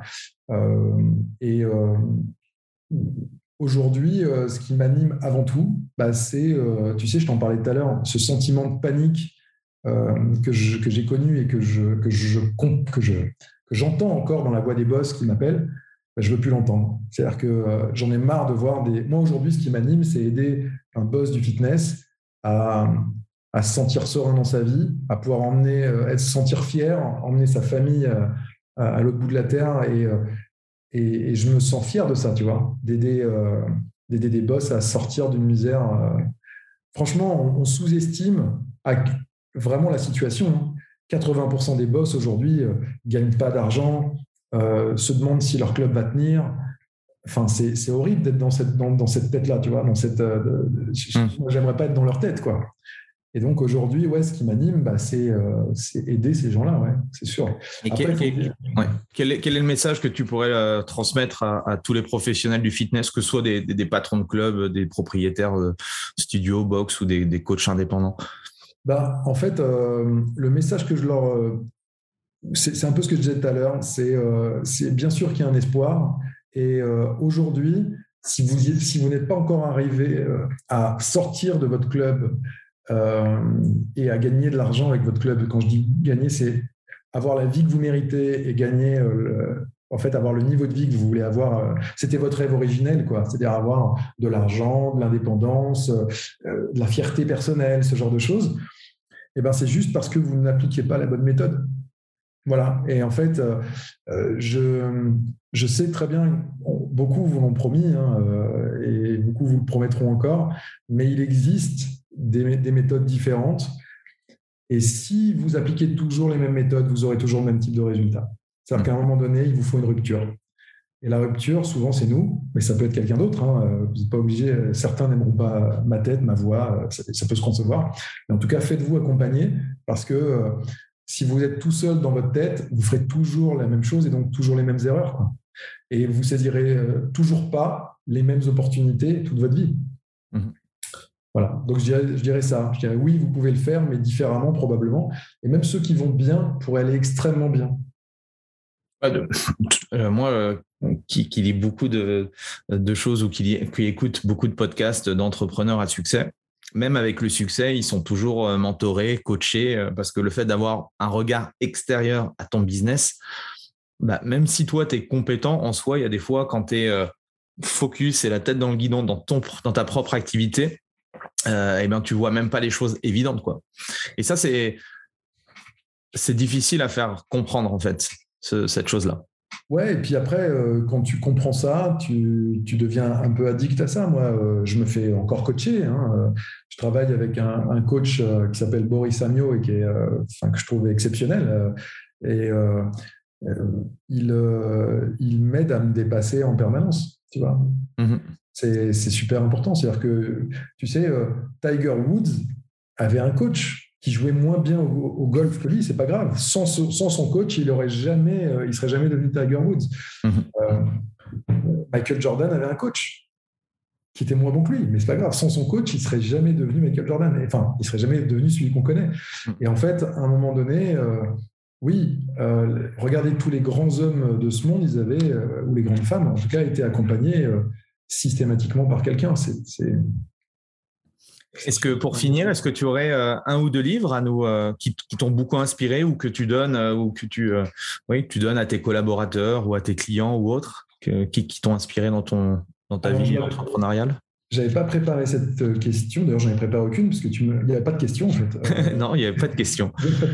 Aujourd'hui, ce qui m'anime avant tout, c'est, tu sais, je t'en parlais tout à l'heure, ce sentiment de panique que j'ai connu et que j'entends encore dans la voix des boss qui m'appellent. Je ne veux plus l'entendre. C'est-à-dire que j'en ai marre de voir Moi, aujourd'hui, ce qui m'anime, c'est aider un boss du fitness à se sentir serein dans sa vie, à pouvoir se sentir fier, emmener sa famille à l'autre bout de la terre. Et je me sens fier de ça, tu vois, d'aider des boss à sortir d'une misère. Franchement, on sous-estime vraiment la situation. 80% des boss aujourd'hui ne gagnent pas d'argent, se demandent si leur club va tenir. Enfin, c'est horrible d'être dans cette tête-là, tu vois. Moi, j'aimerais pas être dans leur tête, quoi. Et donc aujourd'hui, ce qui m'anime, c'est aider ces gens-là, c'est sûr. Et quel est le message que tu pourrais transmettre à tous les professionnels du fitness, que ce soit des patrons de clubs, des propriétaires de studios, box ou des coachs indépendants ? En fait, le message que je leur... c'est un peu ce que je disais tout à l'heure. C'est bien sûr qu'il y a un espoir. Et aujourd'hui, si vous n'êtes pas encore arrivé à sortir de votre club et à gagner de l'argent avec votre club, quand je dis gagner, c'est avoir la vie que vous méritez et gagner, en fait, avoir le niveau de vie que vous voulez avoir. C'était votre rêve originel, quoi. C'est-à-dire avoir de l'argent, de l'indépendance, de la fierté personnelle, ce genre de choses. Et ben, c'est juste parce que vous n'appliquez pas la bonne méthode. Voilà. Et en fait, je sais très bien, beaucoup vous l'ont promis, hein, et beaucoup vous le promettront encore, mais il existe des méthodes différentes. Et si vous appliquez toujours les mêmes méthodes, vous aurez toujours le même type de résultat. C'est-à-dire qu'à un moment donné, il vous faut une rupture. Et la rupture, souvent, c'est nous, mais ça peut être quelqu'un d'autre. Hein. Vous n'êtes pas obligé. Certains n'aimeront pas ma tête, ma voix, ça peut se concevoir. Mais en tout cas, faites-vous accompagner parce que si vous êtes tout seul dans votre tête, vous ferez toujours la même chose et donc toujours les mêmes erreurs, quoi. Et vous saisirez toujours pas les mêmes opportunités toute votre vie. Mmh. Voilà. Donc, je dirais ça. Je dirais oui, vous pouvez le faire, mais différemment probablement. Et même ceux qui vont bien pourraient aller extrêmement bien. Moi, qui lis beaucoup de choses ou qui écoute beaucoup de podcasts d'entrepreneurs à succès, même avec le succès, ils sont toujours mentorés, coachés, parce que le fait d'avoir un regard extérieur à ton business, même si toi, tu es compétent en soi, il y a des fois quand tu es focus et la tête dans le guidon dans ta propre activité, et bien, tu vois même pas les choses évidentes, quoi. Et ça, c'est difficile à faire comprendre, en fait, cette chose-là. Ouais, et puis après, quand tu comprends ça, tu deviens un peu addict à ça. Moi, je me fais encore coacher. Hein. Je travaille avec un coach qui s'appelle Boris Amiot et que je trouve exceptionnel. Il m'aide à me dépasser en permanence, tu vois. Mm-hmm. C'est super important. C'est-à-dire que, tu sais, Tiger Woods avait un coach qui jouait moins bien au golf que lui, c'est pas grave. Sans son coach, il serait jamais devenu Tiger Woods. Mm-hmm. Michael Jordan avait un coach qui était moins bon que lui, mais c'est pas grave. Sans son coach, il serait jamais devenu Michael Jordan. Enfin, il serait jamais devenu celui qu'on connaît. Et en fait, à un moment donné, regardez tous les grands hommes de ce monde, ils avaient, ou les grandes femmes, en tout cas, étaient accompagnés systématiquement par quelqu'un. Est-ce que pour finir, est-ce que tu aurais un ou deux livres à nous qui t'ont beaucoup inspiré ou que tu donnes tu donnes à tes collaborateurs ou à tes clients ou autres qui t'ont inspiré dans ta vie entrepreneuriale? J'avais pas préparé cette question. D'ailleurs, j'en ai préparé aucune parce que il n'y avait pas de question en fait. Non, il n'y avait pas de question.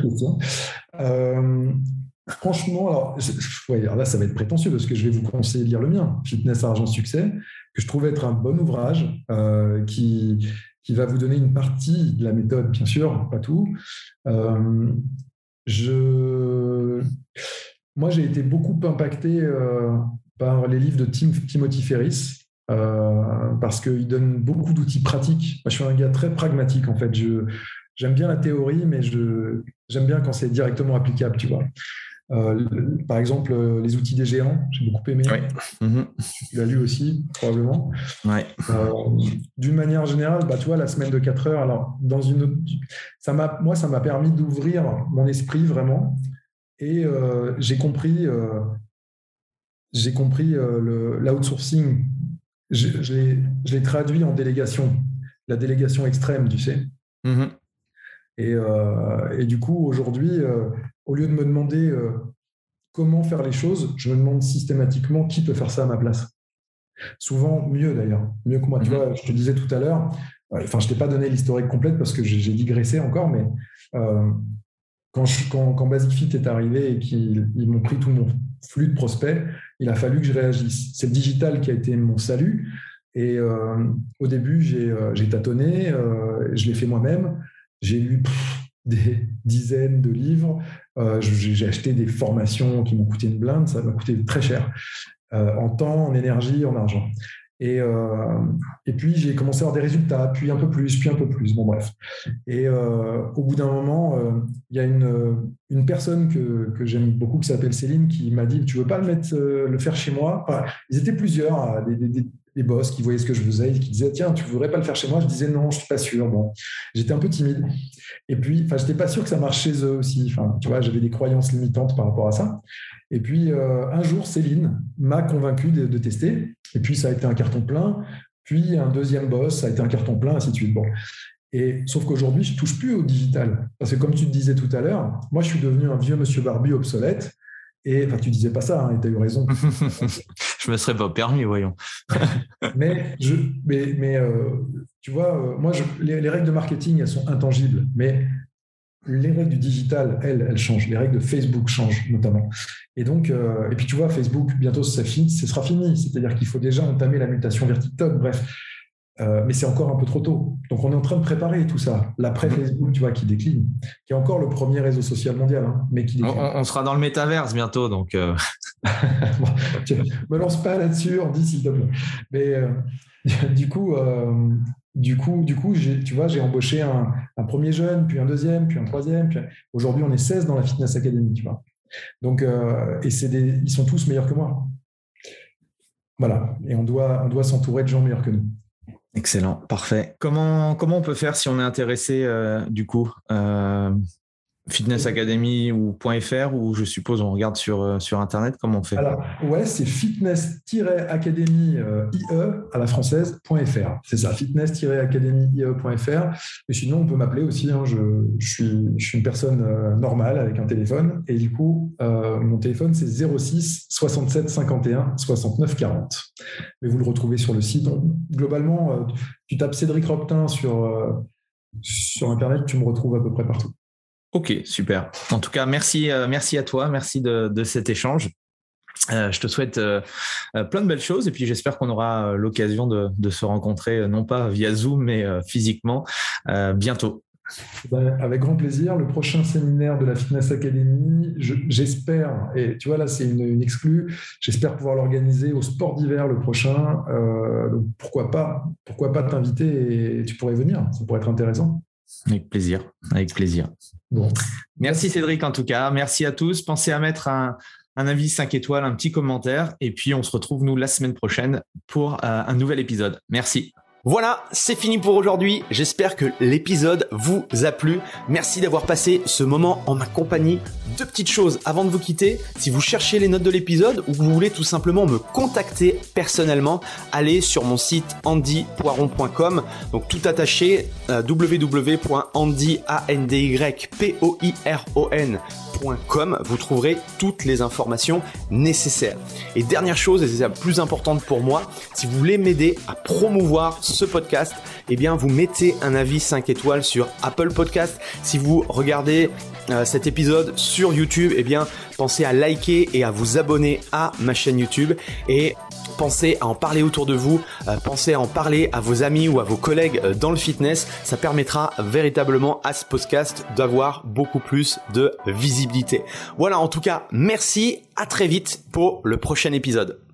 Franchement, alors là, ça va être prétentieux parce que je vais vous conseiller de lire le mien, Fitness, Argent, Succès, que je trouve être un bon ouvrage qui va vous donner une partie de la méthode, bien sûr, pas tout. Moi, j'ai été beaucoup impacté par les livres de Timothy Ferriss parce qu'il donne beaucoup d'outils pratiques. Moi, je suis un gars très pragmatique, en fait. J'aime bien la théorie, mais j'aime bien quand c'est directement applicable, tu vois. Par exemple, les outils des géants, j'ai beaucoup aimé. Oui. Mm-hmm. Tu l'as lu aussi, probablement. Ouais. D'une manière générale, tu vois, la semaine de 4 heures, alors, ça m'a permis d'ouvrir mon esprit vraiment. Et j'ai compris l'outsourcing. Je l'ai traduit en délégation, la délégation extrême, tu sais. Mm-hmm. Et du coup, aujourd'hui, au lieu de me demander comment faire les choses, je me demande systématiquement qui peut faire ça à ma place. Souvent, mieux d'ailleurs, mieux que moi. Mm-hmm. Tu vois, je te disais tout à l'heure, je ne t'ai pas donné l'historique complète parce que j'ai digressé encore, mais quand Basic Fit est arrivé et qu'ils m'ont pris tout mon flux de prospects, il a fallu que je réagisse. C'est le digital qui a été mon salut. Et au début, j'ai tâtonné, je l'ai fait moi-même. J'ai lu des dizaines de livres. J'ai acheté des formations qui m'ont coûté une blinde. Ça m'a coûté très cher en temps, en énergie, en argent. Et puis, j'ai commencé à avoir des résultats, puis un peu plus. Bon, bref. Et au bout d'un moment, il y a une personne que j'aime beaucoup qui s'appelle Céline qui m'a dit « Tu ne veux pas le faire chez moi ?» Ils étaient plusieurs, des boss qui voyaient ce que je faisais et qui disaient « Tiens, tu ne voudrais pas le faire chez moi ?» Je disais « Non, je ne suis pas sûr. » Bon, j'étais un peu timide. Et puis, je n'étais pas sûr que ça marche chez eux aussi. Tu vois, j'avais des croyances limitantes par rapport à ça. Et puis, un jour, Céline m'a convaincu de tester. Et puis, ça a été un carton plein. Puis, un deuxième boss, ça a été un carton plein, ainsi de suite. Bon. Et sauf qu'aujourd'hui, je touche plus au digital. Parce que comme tu te disais tout à l'heure, moi, je suis devenu un vieux monsieur barbu obsolète. Et enfin, tu disais pas ça, hein, et tu as eu raison. Je me serais pas permis, voyons. mais tu vois, moi, les règles de marketing, elles sont intangibles. Mais les règles du digital, elles changent. Les règles de Facebook changent notamment. Et donc, et puis tu vois, Facebook, bientôt, ce sera fini. C'est-à-dire qu'il faut déjà entamer la mutation vers TikTok. Bref. Mais c'est encore un peu trop tôt. Donc, on est en train de préparer tout ça. L'après-Facebook, tu vois, qui décline, qui est encore le premier réseau social mondial, hein, mais qui décline. On sera dans le métaverse bientôt, donc... Bon, me lance pas là-dessus, on dit s'il te plaît. Mais du coup, j'ai embauché un premier jeune, puis un deuxième, puis un troisième. Aujourd'hui, on est 16 dans la Fitness Academy, tu vois. Donc, et ils sont tous meilleurs que moi. Voilà. Et on doit s'entourer de gens meilleurs que nous. Excellent, parfait. Comment on peut faire si on est intéressé du coup Fitness Academy ou .fr, ou je suppose on regarde sur Internet, comment on fait? Alors, ouais, c'est fitness-academy IE à la française.fr. C'est ça, fitness-academy IE.fr. Et sinon, on peut m'appeler aussi. Hein, je suis une personne normale avec un téléphone. Et du coup, mon téléphone, c'est 06 67 51 69 40. Mais vous le retrouvez sur le site. Donc, globalement, tu tapes Cédric Roptin sur Internet, tu me retrouves à peu près partout. Ok, super. En tout cas, merci à toi, merci de cet échange. Je te souhaite plein de belles choses et puis j'espère qu'on aura l'occasion de se rencontrer, non pas via Zoom, mais physiquement bientôt. Avec grand plaisir. Le prochain séminaire de la Fitness Academy, j'espère, et tu vois là c'est une exclue, j'espère pouvoir l'organiser au sport d'hiver le prochain. Donc pourquoi pas t'inviter et tu pourrais venir, ça pourrait être intéressant. Avec plaisir. Bon. Merci Cédric en tout cas, merci à tous. Pensez à mettre un avis 5 étoiles, un petit commentaire et puis on se retrouve nous la semaine prochaine pour un nouvel épisode. Merci. Voilà, c'est fini pour aujourd'hui. J'espère que l'épisode vous a plu. Merci d'avoir passé ce moment en ma compagnie. 2 petites choses avant de vous quitter. Si vous cherchez les notes de l'épisode ou que vous voulez tout simplement me contacter personnellement, allez sur mon site andypoiron.com. Donc tout attaché, www.andypoiron.com. Vous trouverez toutes les informations nécessaires. Et dernière chose, et c'est la plus importante pour moi, si vous voulez m'aider à promouvoir ce podcast, eh bien vous mettez un avis 5 étoiles sur Apple Podcast. Si vous regardez cet épisode sur YouTube, eh bien pensez à liker et à vous abonner à ma chaîne YouTube et pensez à en parler autour de vous, pensez à en parler à vos amis ou à vos collègues dans le fitness. Ça permettra véritablement à ce podcast d'avoir beaucoup plus de visibilité. Voilà, en tout cas, merci, à très vite pour le prochain épisode.